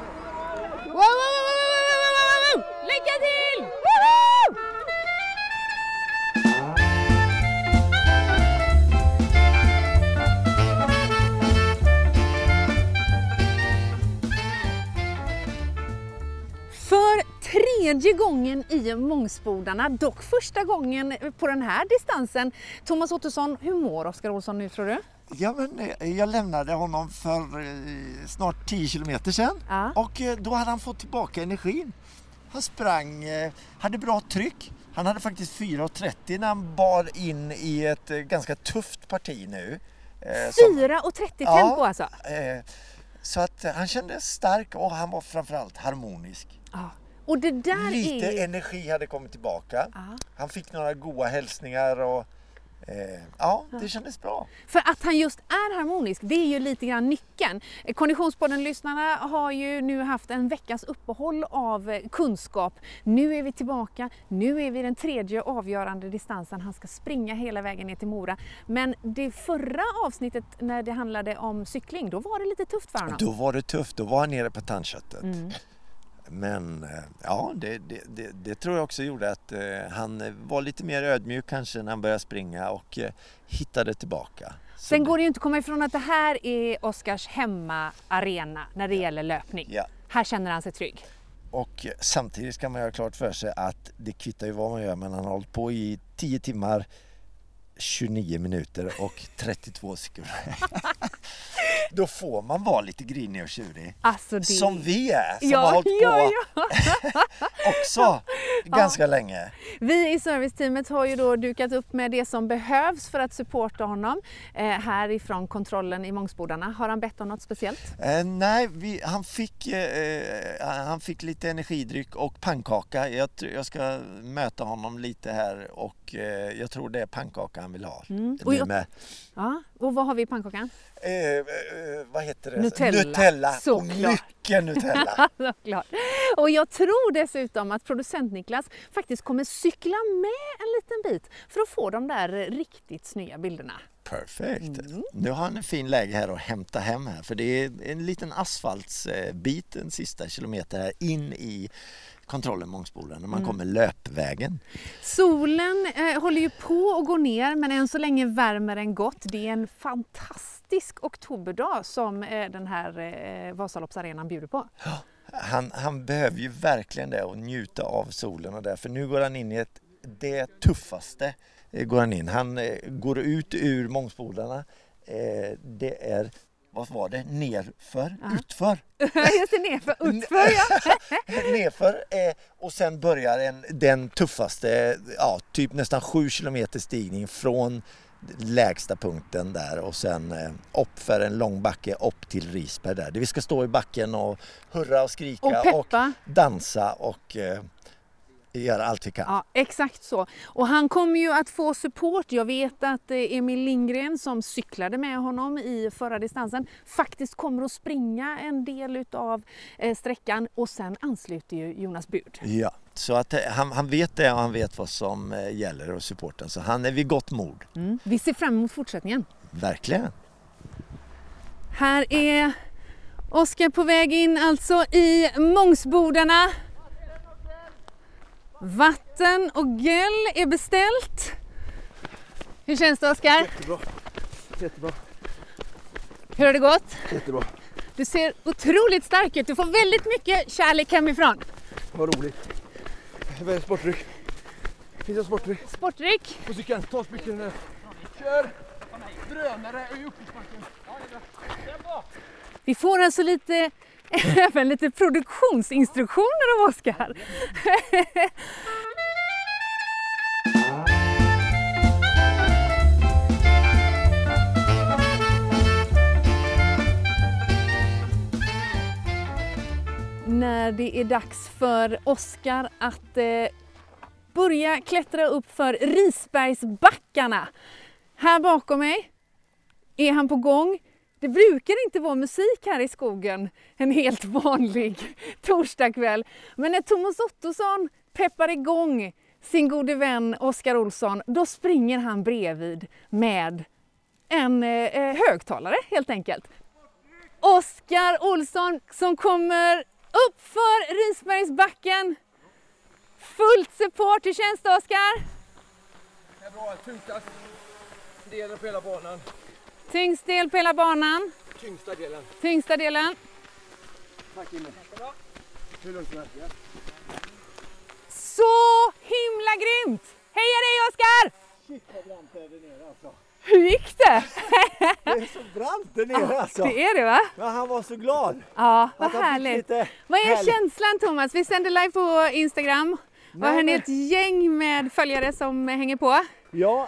Lycka till! Woho! För tredje gången i Mångsbodarna, dock första gången på den här distansen. Thomas Ottosson, hur mår Oskar Olsson nu, tror du? Ja, men jag lämnade honom för snart 10 kilometer sedan och då hade han fått tillbaka energin. Han sprang, hade bra tryck. Han hade faktiskt 4.30 när han bar in i ett ganska tufft parti nu. 4.30 tempo alltså? Så att han kändes stark och han var framförallt harmonisk. Och det där lite energi hade kommit tillbaka. Han fick några goda hälsningar och det kändes bra. För att han just är harmonisk, det är ju lite grann nyckeln. Konditionspodden-lyssnarna har ju nu haft en veckas uppehåll av kunskap. Nu är vi tillbaka, nu är vi den tredje avgörande distansen. Han ska springa hela vägen ner till Mora. Men det förra avsnittet när det handlade om cykling, då var det lite tufft för honom. Då var det tufft, då var han nere på tandköttet. Men det tror jag också gjorde att han var lite mer ödmjuk kanske när han började springa och hittade tillbaka. Sen går det ju inte att komma ifrån att det här är Oskars hemmaarena när det gäller löpning. Ja. Här känner han sig trygg. Och samtidigt ska man göra klart för sig att det kvittar ju vad man gör, men han har hållit på i 10 timmar, 29 minuter och 32 sekunder. Då får man vara lite grinig och tjurig. Alltså som vi är, som har hållit på också ganska länge. Vi i serviceteamet har ju då dukat upp med det som behövs för att supporta honom härifrån kontrollen i Mångsbodarna. Har han bett om något speciellt? Nej, han fick lite energidryck och pannkaka. Jag ska möta honom lite här och jag tror det är pannkaka han vill ha. Och vad har vi i pannkakan? Vad heter det? Nutella. Och mycket Nutella. Såklart. Och jag tror dessutom att producent Niklas faktiskt kommer cykla med en liten bit för att få de där riktigt snygga bilderna. Perfekt. Nu har han en fin läge här att hämta hem här, för det är en liten asfaltsbit en sista kilometer här in i kontrollen Mångsbodarna när man kommer löpvägen. Solen håller ju på att gå ner, men än så länge värmer den gott. Det är en fantastisk oktoberdag som den här Vasaloppsarenan bjuder på. Han behöver ju verkligen det och njuta av solen och därför nu går han in i ett det tuffaste går han in. Han går ut ur Mångsbodarna. Det är, vad var det? Nerför? Utför? Jag ser nerför, utför, ja. Nerför och sen börjar den tuffaste, typ nästan 7 kilometer stigning från lägsta punkten där och sen upp för en lång backe upp till Risberg där. Vi ska stå i backen och hurra och skrika och dansa och göra allt vi kan. Ja, exakt så. Och han kommer ju att få support. Jag vet att Emil Lindgren som cyklade med honom i förra distansen faktiskt kommer att springa en del utav sträckan och sen ansluter ju Jonas Bud. Ja, så att han vet det och han vet vad som gäller och supporten. Så han är vid gott mod. Vi ser fram emot fortsättningen. Verkligen. Här är Oskar på väg in alltså i Mångsbodarna. Vatten och göl är beställt. Hur känns det, Oskar? Jättebra. Hur har det gått? Jättebra. Du ser otroligt stark ut. Du får väldigt mycket kärlek hemifrån. Vad roligt. Vad är sportdryck? Finns det sportdryck? Sportdryck. På cykeln, ta spiken nu. Kör! Drönare i uppförsbacken. Vi får alltså även lite produktionsinstruktioner av Oskar. När det är dags för Oskar att börja klättra upp för Risbergsbackarna. Här bakom mig är han på gång. Det brukar inte vara musik här i skogen en helt vanlig torsdagkväll. Men när Thomas Ottosson peppar igång sin gode vän Oskar Olsson, då springer han bredvid med en högtalare helt enkelt. Oskar Olsson som kommer upp för Risbergsbacken. Fullt support. Hur känns det, Oskar? Det är bra, tyngstast delen på hela banan. Tyngst del på hela banan. Tyngsta delen. Tack Emil. Hur långt är det? Så himla grymt! Heja dig, Oskar! Shit vad brant det är där nere alltså. Hur gick det? Det är så brant där nere alltså. Det är det, va? Men han var så glad. Ja, vad härligt. Vad är känslan, Thomas? Vi sänder live på Instagram. Och har ni ett gäng med följare som hänger på? Ja,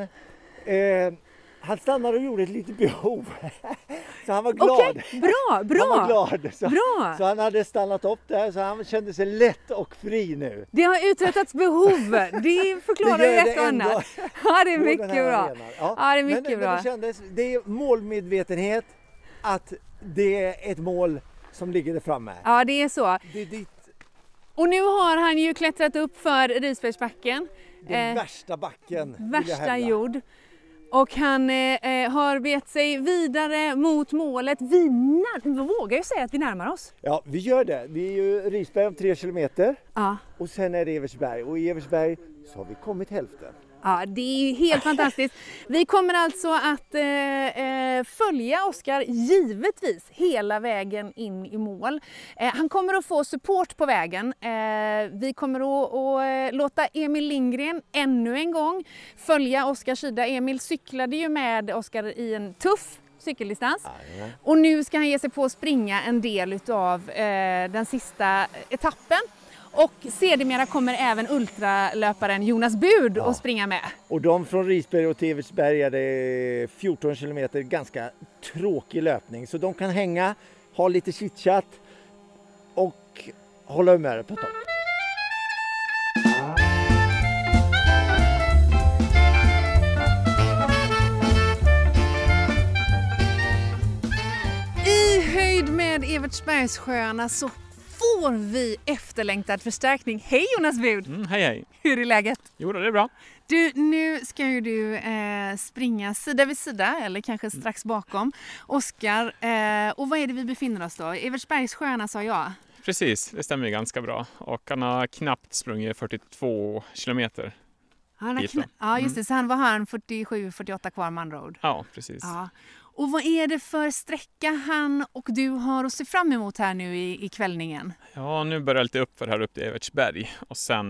han stannade och gjorde ett litet behov. Så han var glad. Okej, bra. Han var glad. Bra. Så han hade stannat upp där så han kände sig lätt och fri nu. Det har uträttats behov. Det förklarar ju ett och annat. Ja, det är mycket bra. Ja, det är mycket bra. Men det kändes, det är målmedvetenhet att det är ett mål som ligger där framme. Ja, det är så. Det är dit. Och nu har han ju klättrat upp för Risbergsbacken. Den värsta backen. Värsta jord. Och han har bet sig vidare mot målet. Vi vågar ju säga att vi närmar oss. Ja, vi gör det. Vi är ju Risberg om 3 kilometer. Ja. Och sen är det Eversberg. Och i Eversberg så har vi kommit hälften. Ja, det är ju helt fantastiskt. Vi kommer alltså att följa Oskar givetvis hela vägen in i mål. Han kommer att få support på vägen. Vi kommer att låta Emil Lindgren ännu en gång följa Oskars sida. Emil cyklade ju med Oskar i en tuff cykeldistans. Och nu ska han ge sig på att springa en del av den sista etappen. Och sedermera kommer även ultralöparen Jonas Bud att springa med. Och de från Risberg och till Eversberg är det 14 kilometer, ganska tråkig löpning. Så de kan hänga, ha lite chitchat och hålla humöret på topp. I höjd med Evertsbergssjöarna så får vi efterlängtad förstärkning. Hej Jonas Bud! Hej! Hur är läget? Jo, det är bra. Du, nu ska ju du springa sida vid sida eller kanske strax bakom Oskar. Och vad är det vi befinner oss då? Evertsbergssjöarna sa jag. Precis, det stämmer ganska bra. Och han har knappt sprungit 42 kilometer. Ja, just det. Så han var här 47-48 kvar man road. Ja, precis. Ja. Och vad är det för sträcka han och du har att se fram emot här nu i kvällningen? Ja, nu börjar jag lite uppför här upp till Evertsberg och sen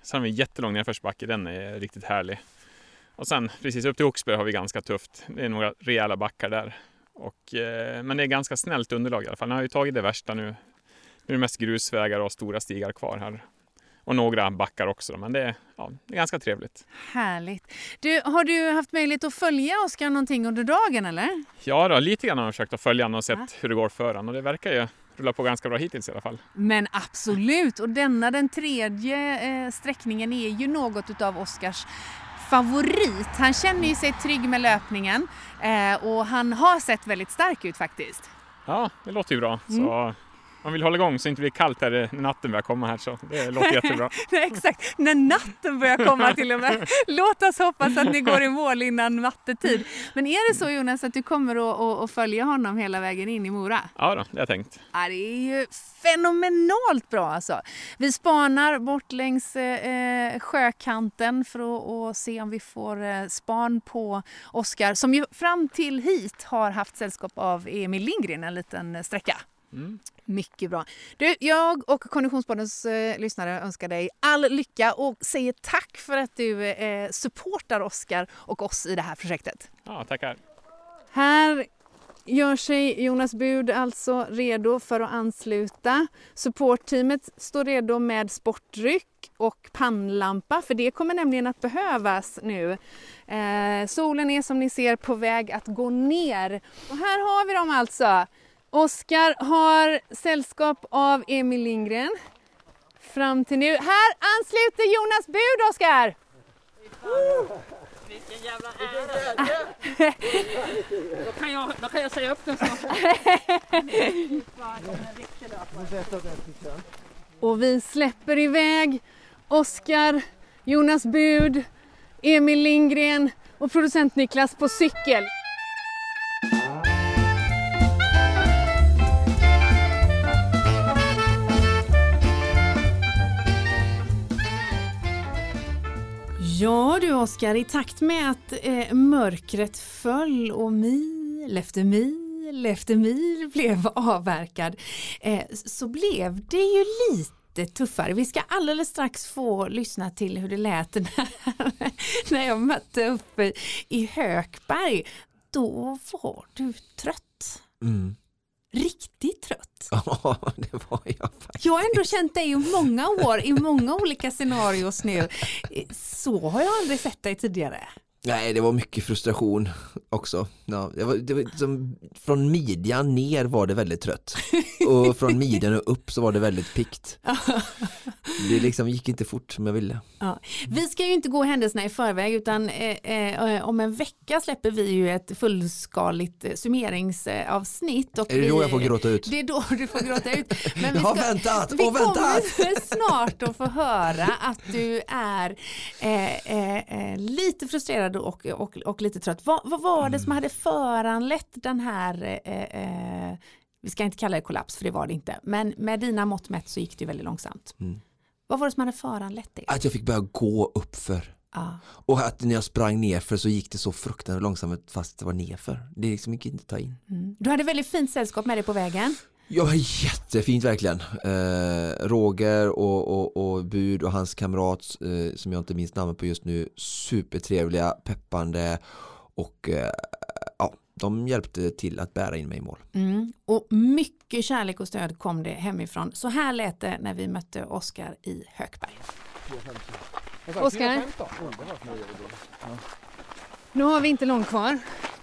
Sen har vi en jättelång nedförsbacke, den är riktigt härlig. Och sen precis upp till Oxberg har vi ganska tufft. Det är några rejäla backar där. Men det är ganska snällt underlag i alla fall. Nu har ju tagit det värsta nu. Nu är det mest grusvägar och stora stigar kvar här. Och några backar också, men det är ganska trevligt. Härligt. Har du haft möjlighet att följa Oskar någonting under dagen eller? Ja då, lite grann har jag försökt att följa honom och sett hur det går för honom. Och det verkar ju rulla på ganska bra hittills i alla fall. Men absolut, och den tredje sträckningen är ju något av Oskars favorit. Han känner ju sig trygg med löpningen och han har sett väldigt stark ut faktiskt. Ja, det låter ju bra. Så man vill hålla igång så inte blir kallt här när natten börjar komma här, så det låter jättebra. Nej, exakt, när natten börjar komma till och med. Låt oss hoppas att ni går i mål innan nattetid. Men är det så, Jonas, att du kommer att följa honom hela vägen in i Mora? Ja då, det har jag tänkt. Ja, det är ju fenomenalt bra alltså. Vi spanar bort längs sjökanten för att se om vi får span på Oskar, som ju fram till hit har haft sällskap av Emil Lindgren en liten sträcka. Mycket bra. Du, jag och Konditionspoddens lyssnare önskar dig all lycka och säger tack för att du supportar Oskar och oss i det här projektet. Ja, tackar. Här gör sig Jonas Bud alltså redo för att ansluta. Supportteamet står redo med sportdryck och pannlampa, för det kommer nämligen att behövas nu. Solen är som ni ser på väg att gå ner. Och här har vi dem alltså. Oskar har sällskap av Emil Lindgren fram till nu. Här ansluter Jonas Bud, Oskar! Vilken jävla ära! Då kan jag säga upp den snart. Och vi släpper iväg Oskar, Jonas Bud, Emil Lindgren och producent Niklas på cykel. Ja du Oskar, i takt med att mörkret föll och mil efter mil blev avverkad så blev det ju lite tuffare. Vi ska alldeles strax få lyssna till hur det lät när jag mötte upp i Hökberg. Då var du trött. Riktigt trött. Ja, det var jag faktiskt. Jag har ändå känt dig i många år, i många olika scenarios nu. Så har jag aldrig sett dig tidigare. Nej, det var mycket frustration också. Ja, det var som, från midjan ner var det väldigt trött. Och från midjan och upp så var det väldigt pikt. Det liksom gick inte fort som jag ville. Ja. Vi ska ju inte gå händelserna i förväg, utan om en vecka släpper vi ju ett fullskaligt summeringsavsnitt. Och är det då jag får gråta ut? Det är då du får gråta ut. Men vi kommer snart att få höra att du är lite frustrerad och lite trött. Vad var det som hade föranlett den här vi ska inte kalla det kollaps, för det var det inte. Men med dina mått mätt så gick det väldigt långsamt. Vad var det som hade föranlett det? Att jag fick börja gå uppför. Och att när jag sprang nerför så gick det så fruktansvärt långsamt fast det var nerför. Det är liksom inte att ta in. Du hade väldigt fint sällskap med dig på vägen. Ja, jättefint verkligen. Roger och Bud och hans kamrat som jag inte minns namnet på just nu, supertrevliga, peppande och de hjälpte till att bära in mig i mål. Och mycket kärlek och stöd kom det hemifrån. Så här lät det när vi mötte Oskar i Hökberg. Oskar, nu har vi inte långt kvar.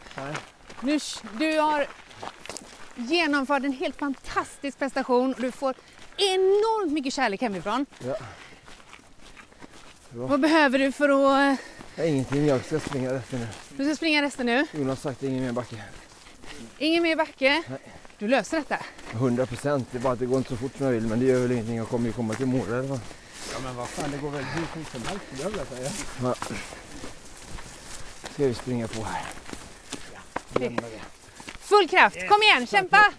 Du har genomfört en helt fantastisk prestation. Du får enormt mycket kärlek hemifrån. Ja. Vad behöver du för att... Ingenting, jag ska springa resten nu. Du ska springa resten nu? Jonas har sagt ingen mer backe. Ingen mer backe? Nej. Du löser detta? 100%, det är bara att det går inte så fort som jag vill, men det gör väl ingenting, jag kommer ju komma till Mora eller vad? Ja men vad fan, det går väl hur fort som helst, det vill jag säga. Ja. Ska vi springa på här. Ja. Full kraft, kom igen, kämpa!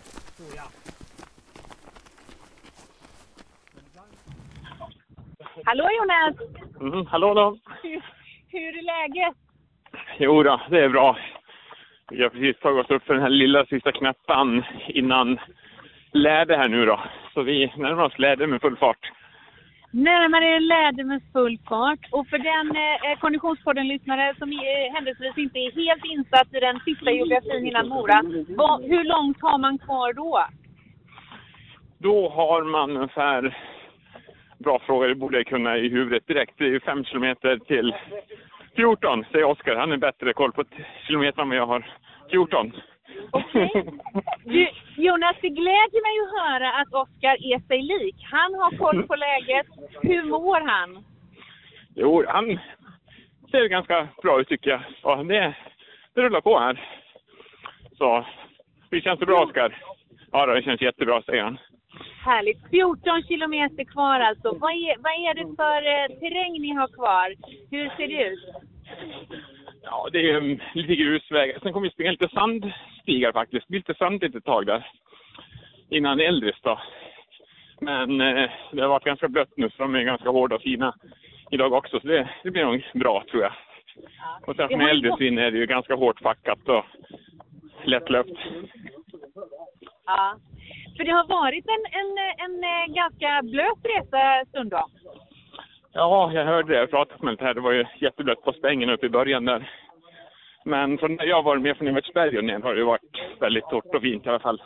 Hallå Jonas! Hallå. Hur är läget? Jo då, det är bra. Vi har precis tagit oss upp för den här lilla sista knäppan innan Läde här nu då. Så vi närmar oss Läde med full fart. Närmare läder med full fart. Och för den konditionspodden-lyssnare som händelsevis inte är helt insatt i den sista geografin innan Mora, hur långt har man kvar då? Då har man ungefär, bra fråga, det borde jag kunna i huvudet direkt. Det är 5 kilometer till 14, säger Oskar. Han är bättre koll på kilometer än jag har. 14. Okej. Jonas, det glädjer mig att höra att Oskar är sig lik. Han har koll på läget. Hur mår han? Jo, han ser ganska bra ut tycker jag. Ja, det rullar på här. Så, det känns det bra, Oskar? Ja, det känns jättebra, säger han. Härligt. 14 kilometer kvar alltså. Vad är det för terräng ni har kvar? Hur ser det ut? Ja, det är lite grusvägar. Sen kommer vi springa lite sandstigar faktiskt. Det blir lite sandigt ett tag där. Innan Eldris då. Men det har varit ganska blött nu, så de är ganska hårda och fina idag också. Så det blir nog bra, tror jag. Och sen med Eldris in är det ju ganska hårt packat och lättlöpt. Ja, för det har varit en ganska blöt resa stundom. Ja, jag hörde det. Jag pratade med det här. Det var ju jätteblött på stängen uppe i början där. Men från när jag var med från Evertsberg och ner har det varit väldigt torrt och fint i alla fall.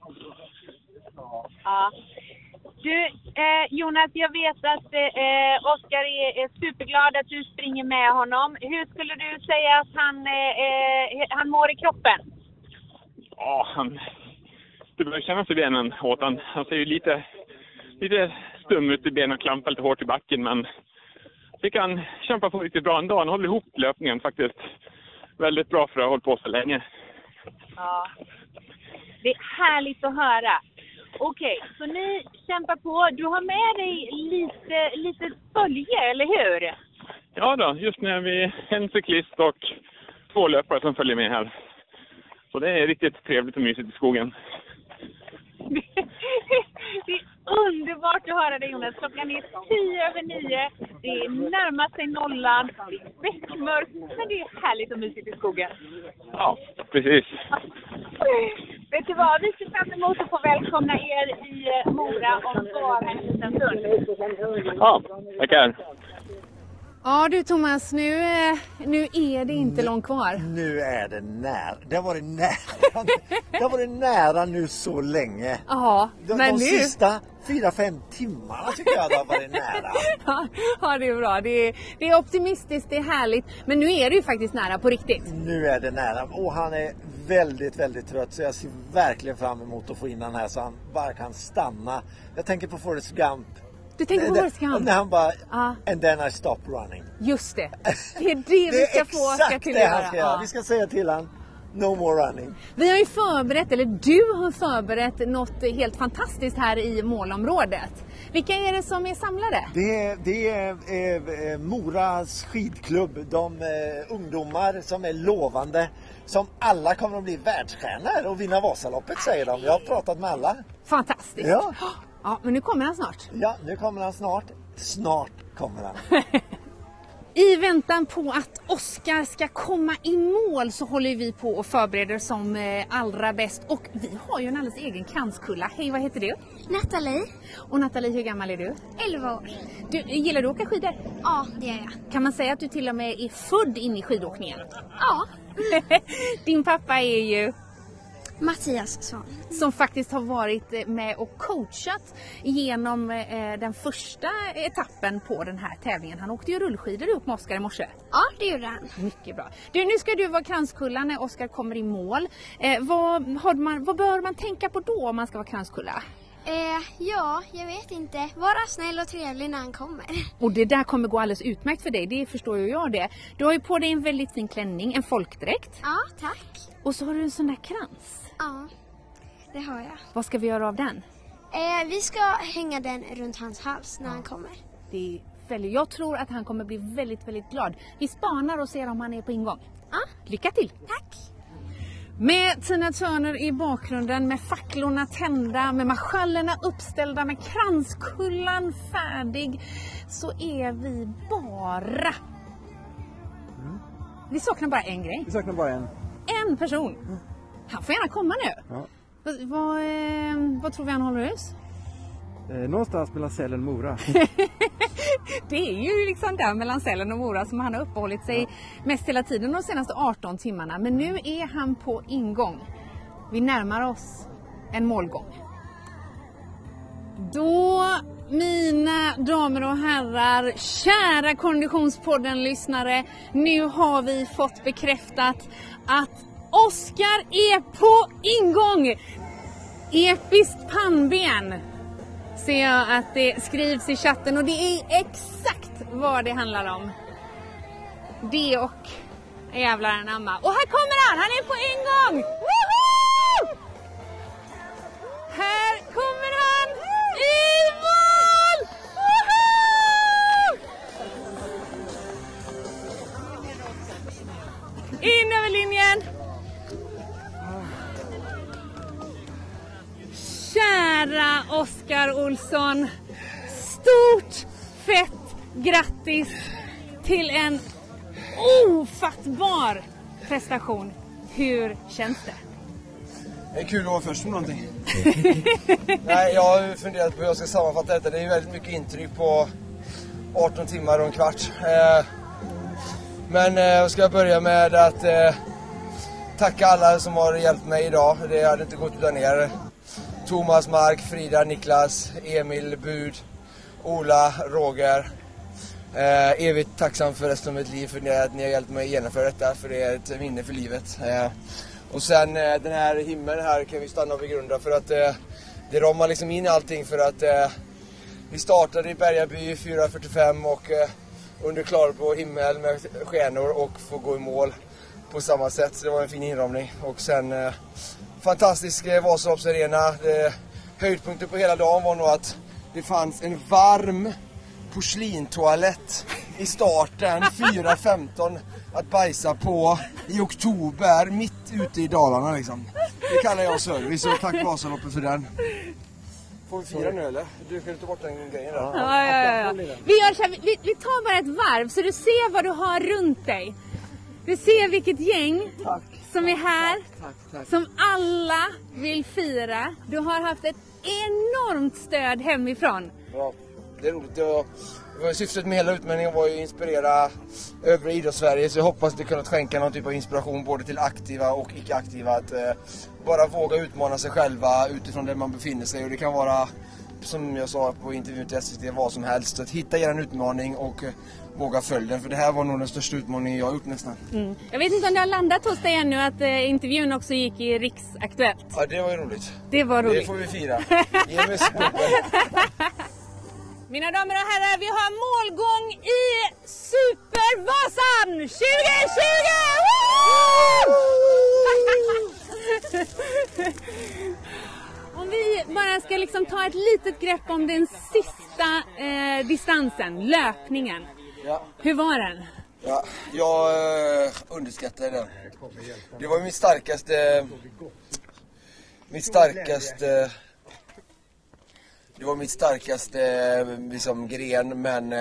Ja. Du, Jonas, jag vet att Oskar är superglad att du springer med honom. Hur skulle du säga att han mår i kroppen? Ja, det börjar kännas i benen åt han. Han ser ju lite stum ut i benen och klampar lite hårt i backen, men fick han kämpa på riktigt bra ändå. Han håller ihop löpningen faktiskt väldigt bra för att ha hållit på så länge. Ja, det är härligt att höra. Okej, så ni kämpar på. Du har med dig lite följe, eller hur? Ja då, just nu är vi en cyklist och 2 löpare som följer med här. Så det är riktigt trevligt och mysigt i skogen. Det är underbart att höra dig, Jonas. Klockan är 10:09. Det är närmast sig nollan. Det är bäckmörkt, men det är härligt och mysigt i skogen. Ja, precis. Vet du vad? Vi ser fram emot att få välkomna er i Mora om bara en liten stund. Ja, tackar. Ja du Thomas, nu är det inte långt kvar. Nu är det nära. Det har varit nära. Det har varit nära nu så länge. Ja, men de nu... sista 4-5 timmarna tycker jag det har varit nära. Ja, det är bra. Det är optimistiskt, det är härligt. Men nu är det ju faktiskt nära på riktigt. Nu är det nära. Och han är väldigt, väldigt trött. Så jag ser verkligen fram emot att få in han här så han bara kan stanna. Jag tänker på Forrest Gump. Du tänker på Forrest Gump? När han bara, and then I stop running. Just det. Det är det vi ska få Oskar till att göra. Ja. Vi ska säga till han, no more running. Vi har ju förberett, eller du har förberett något helt fantastiskt här i målområdet. Vilka är det som är samlade? Det är Moras skidklubb. De ungdomar som är lovande. Som alla kommer att bli världsstjärnor och vinna Vasaloppet, säger de. Jag har pratat med alla. Fantastiskt. Ja. Ja, men nu kommer han snart. Ja, nu kommer han snart. Snart kommer han. I väntan på att Oskar ska komma i mål så håller vi på och förbereder som allra bäst. Och vi har ju en alldeles egen kranskulla. Hej, vad heter du? Nathalie. Och Nathalie, hur gammal är du? 11 år. Gillar du att åka skidor? Ja, det gör jag. Kan man säga att du till och med är född in i skidåkningen? Ja. Din pappa är ju... Mattias Svan. Som faktiskt har varit med och coachat genom den första etappen på den här tävlingen. Han åkte ju rullskidor upp med Oskar i morse. Ja, det gjorde han. Mycket bra. Du, nu ska du vara kranskulla när Oskar kommer i mål. Vad bör man tänka på då om man ska vara kranskulla? Ja, jag vet inte. Vara snäll och trevlig när han kommer. Och det där kommer gå alldeles utmärkt för dig, det förstår ju jag det. Du har ju på dig en väldigt fin klänning, en folkdräkt. Ja, tack. Och så har du en sån där krans. Ja, det har jag. Vad ska vi göra av den? Vi ska hänga den runt hans hals när han kommer. Jag tror att han kommer bli väldigt, väldigt glad. Vi spanar och ser om han är på ingång. Ja. Lycka till! Tack! Med Tina Turner i bakgrunden, med facklorna tända, med marschallerna uppställda, med kranskullan färdig, så är vi bara... Vi saknar bara en grej. Vi saknar bara en person. Han får gärna komma nu. Ja. Vad tror vi han håller hus? Någonstans mellan Sälen och Mora. Det är ju liksom där mellan Sälen och Mora som han har uppehållit sig mest hela tiden de senaste 18 timmarna. Men nu är han på ingång. Vi närmar oss en målgång. Då, mina damer och herrar, kära Konditionspodden-lyssnare, nu har vi fått bekräftat att Oskar är på ingång. Episkt pannben ser jag att det skrivs i chatten och det är exakt vad det handlar om. Det och jävlar anamma. Och här kommer han är på ingång! Woho! Här kommer han i mål! Woho! In över linjen! Kära Oskar Olsson, stort fett grattis till en ofattbar prestation. Hur känns det? Det är kul att vara först med någonting. Nej, jag har funderat på hur jag ska sammanfatta detta. Det är väldigt mycket intryck på 18 timmar och en kvart. Men jag ska börja med att tacka alla som har hjälpt mig idag. Det hade inte gått utan er. Thomas, Mark, Frida, Niklas, Emil, Bud, Ola, Roger. Evigt tacksam för resten av mitt liv för att ni har hjälpt mig att genomföra detta. För det är ett minne för livet. Och sen den här himlen här kan vi stanna och begrunda för att det ramar liksom in allting för att vi startade i Bergaby 4:45 och under klarblå himmel med stjärnor och få gå i mål på samma sätt. Så det var en fin inramning. Och sen fantastisk Vasaloppsarena. Höjdpunkten på hela dagen var nog att det fanns en varm porslintoalett i starten 4:15 att bajsa på i oktober mitt ute i Dalarna liksom. Det kallar jag service och tack Vasaloppet för den. Får vi fira nu eller? Du kan ta bort den grejen där. Ja. Vi gör så här, vi tar bara ett varv så du ser vad du har runt dig. Du ser vilket gäng som är här. Tack. Som alla vill fira. Du har haft ett enormt stöd hemifrån. Ja, det är roligt. Syftet med hela utmaningen var ju att inspirera övriga idrottssverige. Så jag hoppas att det kunnat skänka någon typ av inspiration både till aktiva och icke-aktiva. Att bara våga utmana sig själva utifrån där man befinner sig. Och det kan vara, som jag sa på intervjun till SVT, vad som helst. Att hitta er en utmaning och våga följden. För det här var nog den största utmaningen jag har gjort nästan. Jag vet inte om det har landat hos dig ännu att intervjun också gick i Riksaktuellt. Ja, det var ju roligt. Det var roligt. Det får vi fira. Ge mig Mina damer och herrar, vi har målgång i Supervasan 2020! Om vi bara ska liksom ta ett litet grepp om den sista distansen, löpningen. Ja. Hur var den? Ja, jag underskattade den. Det var mitt starkaste liksom, gren, men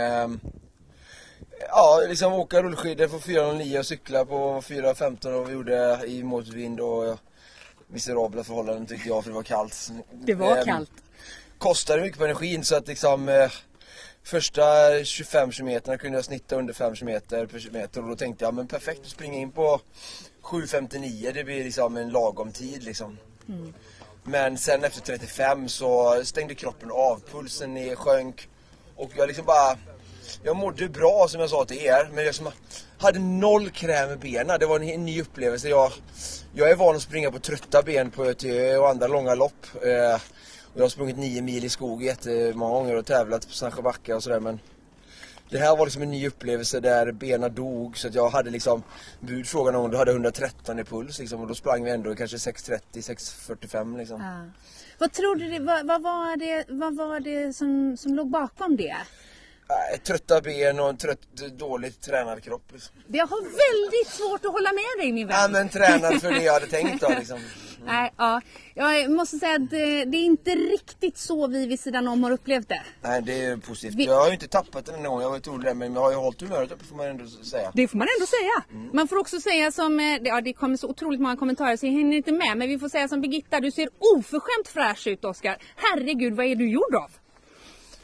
ja, liksom åka rullskidor på 4:09 och cykla på 4:15 och vi gjorde i motvind och miserabla förhållanden tyckte jag för det var kallt. Det var kallt. Kostade mycket på energin så att liksom första 25 kilometerna kunde jag snitta under 5 kilometer per kilometer och då tänkte jag men perfekt att springa in på 7:59, det blir liksom en lagom tid liksom. Men sen efter 35 så stängde kroppen av, pulsen ner, sjönk och jag liksom bara, jag mådde bra som jag sa till er, men jag liksom hade 0 kräm i benen. Det var en ny upplevelse. Jag är van att springa på trötta ben på ÖTÖ och andra långa lopp. Och jag har sprungit 9 mil i skog jättemånga gånger och tävlat på Sandsjöbacka och sådär, men det här var liksom en ny upplevelse där benen dog så att jag hade liksom budfrågan om du hade 113 i puls liksom, och då sprang vi ändå kanske 6:30, 6:45 liksom. Ja. Vad tror du, vad var det som låg bakom det? Trötta ben och en dåligt tränad kropp liksom. Jag har väldigt svårt att hålla med dig min vän. Ja, men tränad för det jag hade tänkt då liksom. Nej, ja. Jag måste säga att det är inte riktigt så vi vid sidan om har upplevt det. Nej, det är positivt. Jag har ju inte tappat den någon gång, jag var inte orolig, men jag har ju hållit humöret uppe får man ändå säga. Det får man ändå säga. Man får också säga som, ja det kommer så otroligt många kommentarer så jag hinner inte med. Men vi får säga som Birgitta, du ser oförskämt fräsch ut Oskar. Herregud, vad är du gjord av?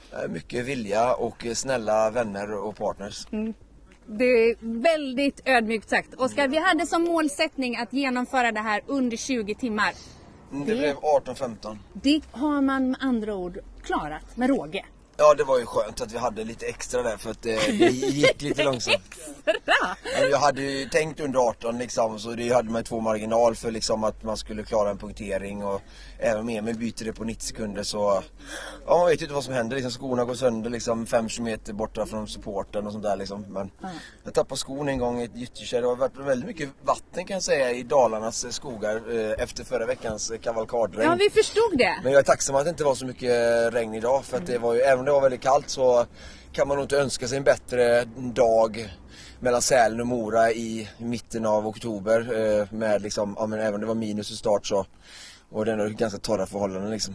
Mycket vilja och snälla vänner och partners. Det är väldigt ödmjukt sagt. Oskar, vi hade som målsättning att genomföra det här under 20 timmar. Det blev 18-15. Det har man med andra ord klarat med råge. Ja, det var ju skönt att vi hade lite extra där för att det gick lite långsamt. Jag hade ju tänkt under 18 liksom, så det hade man 2 marginal för liksom att man skulle klara en punktering, och även om Emil byter det på 90 sekunder så ja, man vet ju inte vad som händer liksom, skorna går sönder liksom 5 kilometer borta från supporten och sånt där liksom. Men jag tappade skon en gång i ett gyttjekärr. Det har varit väldigt mycket vatten kan jag säga i Dalarnas skogar efter förra veckans kavalkadregn. Ja, vi förstod det. Men jag är tacksam att det inte var så mycket regn idag, för att det var ju, även om det var väldigt kallt så kan man nog inte önska sig en bättre dag mellan Sälen och Mora i mitten av oktober med liksom, ja, men även det var minus i start så, och det är ganska torra förhållanden liksom.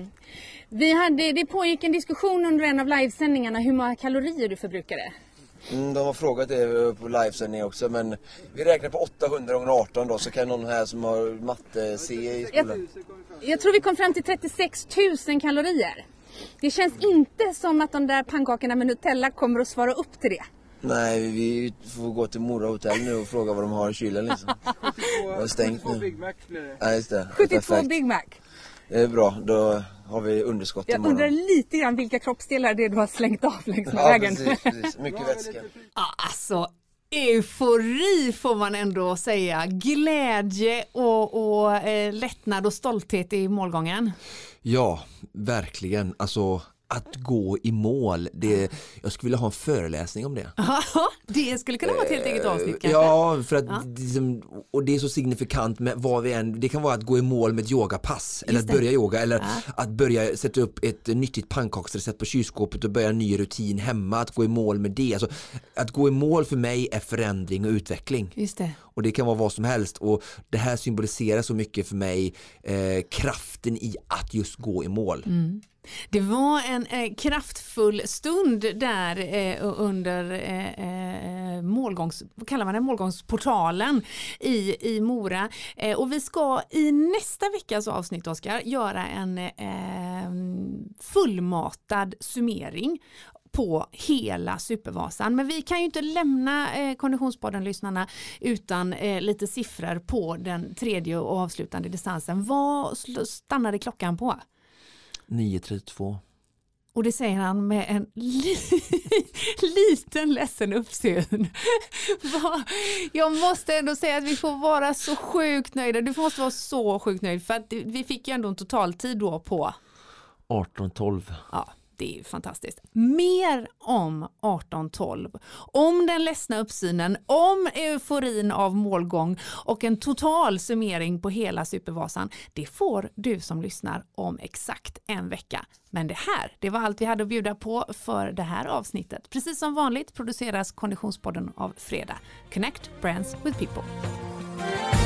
Det pågick en diskussion under en av livesändningarna hur många kalorier du förbrukade. De har frågat det på livesändning också, men vi räknar på 800 gånger 18 då, så kan någon här som har matte se i skolan. Jag tror vi kom fram till 36 000 kalorier. Det känns inte som att de där pannkakorna med Nutella kommer att svara upp till det. Nej, vi får gå till Mora hotell nu och fråga vad de har i kylen liksom. Det är stängt nu. Big Mac blir det. Ja, just det. 72 Perfekt. Big Mac. Det är bra, då har vi underskott Jag imorgon. undrar lite grann vilka kroppsdelar det är du har slängt av längs med Ja, vägen. precis. Mycket vätska. Alltså, eufori får man ändå säga. Glädje och lättnad och stolthet i målgången. Ja, verkligen. Alltså att gå i mål, jag skulle vilja ha en föreläsning om det. Det skulle kunna vara ett helt eget avsnitt kanske. Ja, för att och det är så signifikant med vad vi än, det kan vara att gå i mål med ett yogapass eller att börja yoga, eller att börja sätta upp ett nyttigt pannkaksrecept på kylskåpet och börja en ny rutin hemma, att gå i mål med det. Alltså, att gå i mål för mig är förändring och utveckling. Just det. Och det kan vara vad som helst, och det här symboliserar så mycket för mig kraften i att just gå i mål. Det var en kraftfull stund där under vad kallar man det? Målgångsportalen i Mora. Och vi ska i nästa veckas avsnitt, Oskar, göra en fullmatad summering på hela Supervasan. Men vi kan ju inte lämna Konditionspodden-lyssnarna utan lite siffror på den tredje och avslutande distansen. Vad stannade klockan på? 9:32. Och det säger han med en liten ledsen uppsyn. Jag måste ändå säga att vi får vara så sjukt nöjda. Du måste vara så sjukt nöjd, för att vi fick ju ändå en totaltid då på 18:12. Ja, det är ju fantastiskt. Mer om 18:12, om den ledsna uppsynen, om euforin av målgång och en total summering på hela Supervasan. Det får du som lyssnar om exakt en vecka. Men det var allt vi hade att bjuda på för det här avsnittet. Precis som vanligt produceras Konditionspodden av Fredag. Connect Brands with People.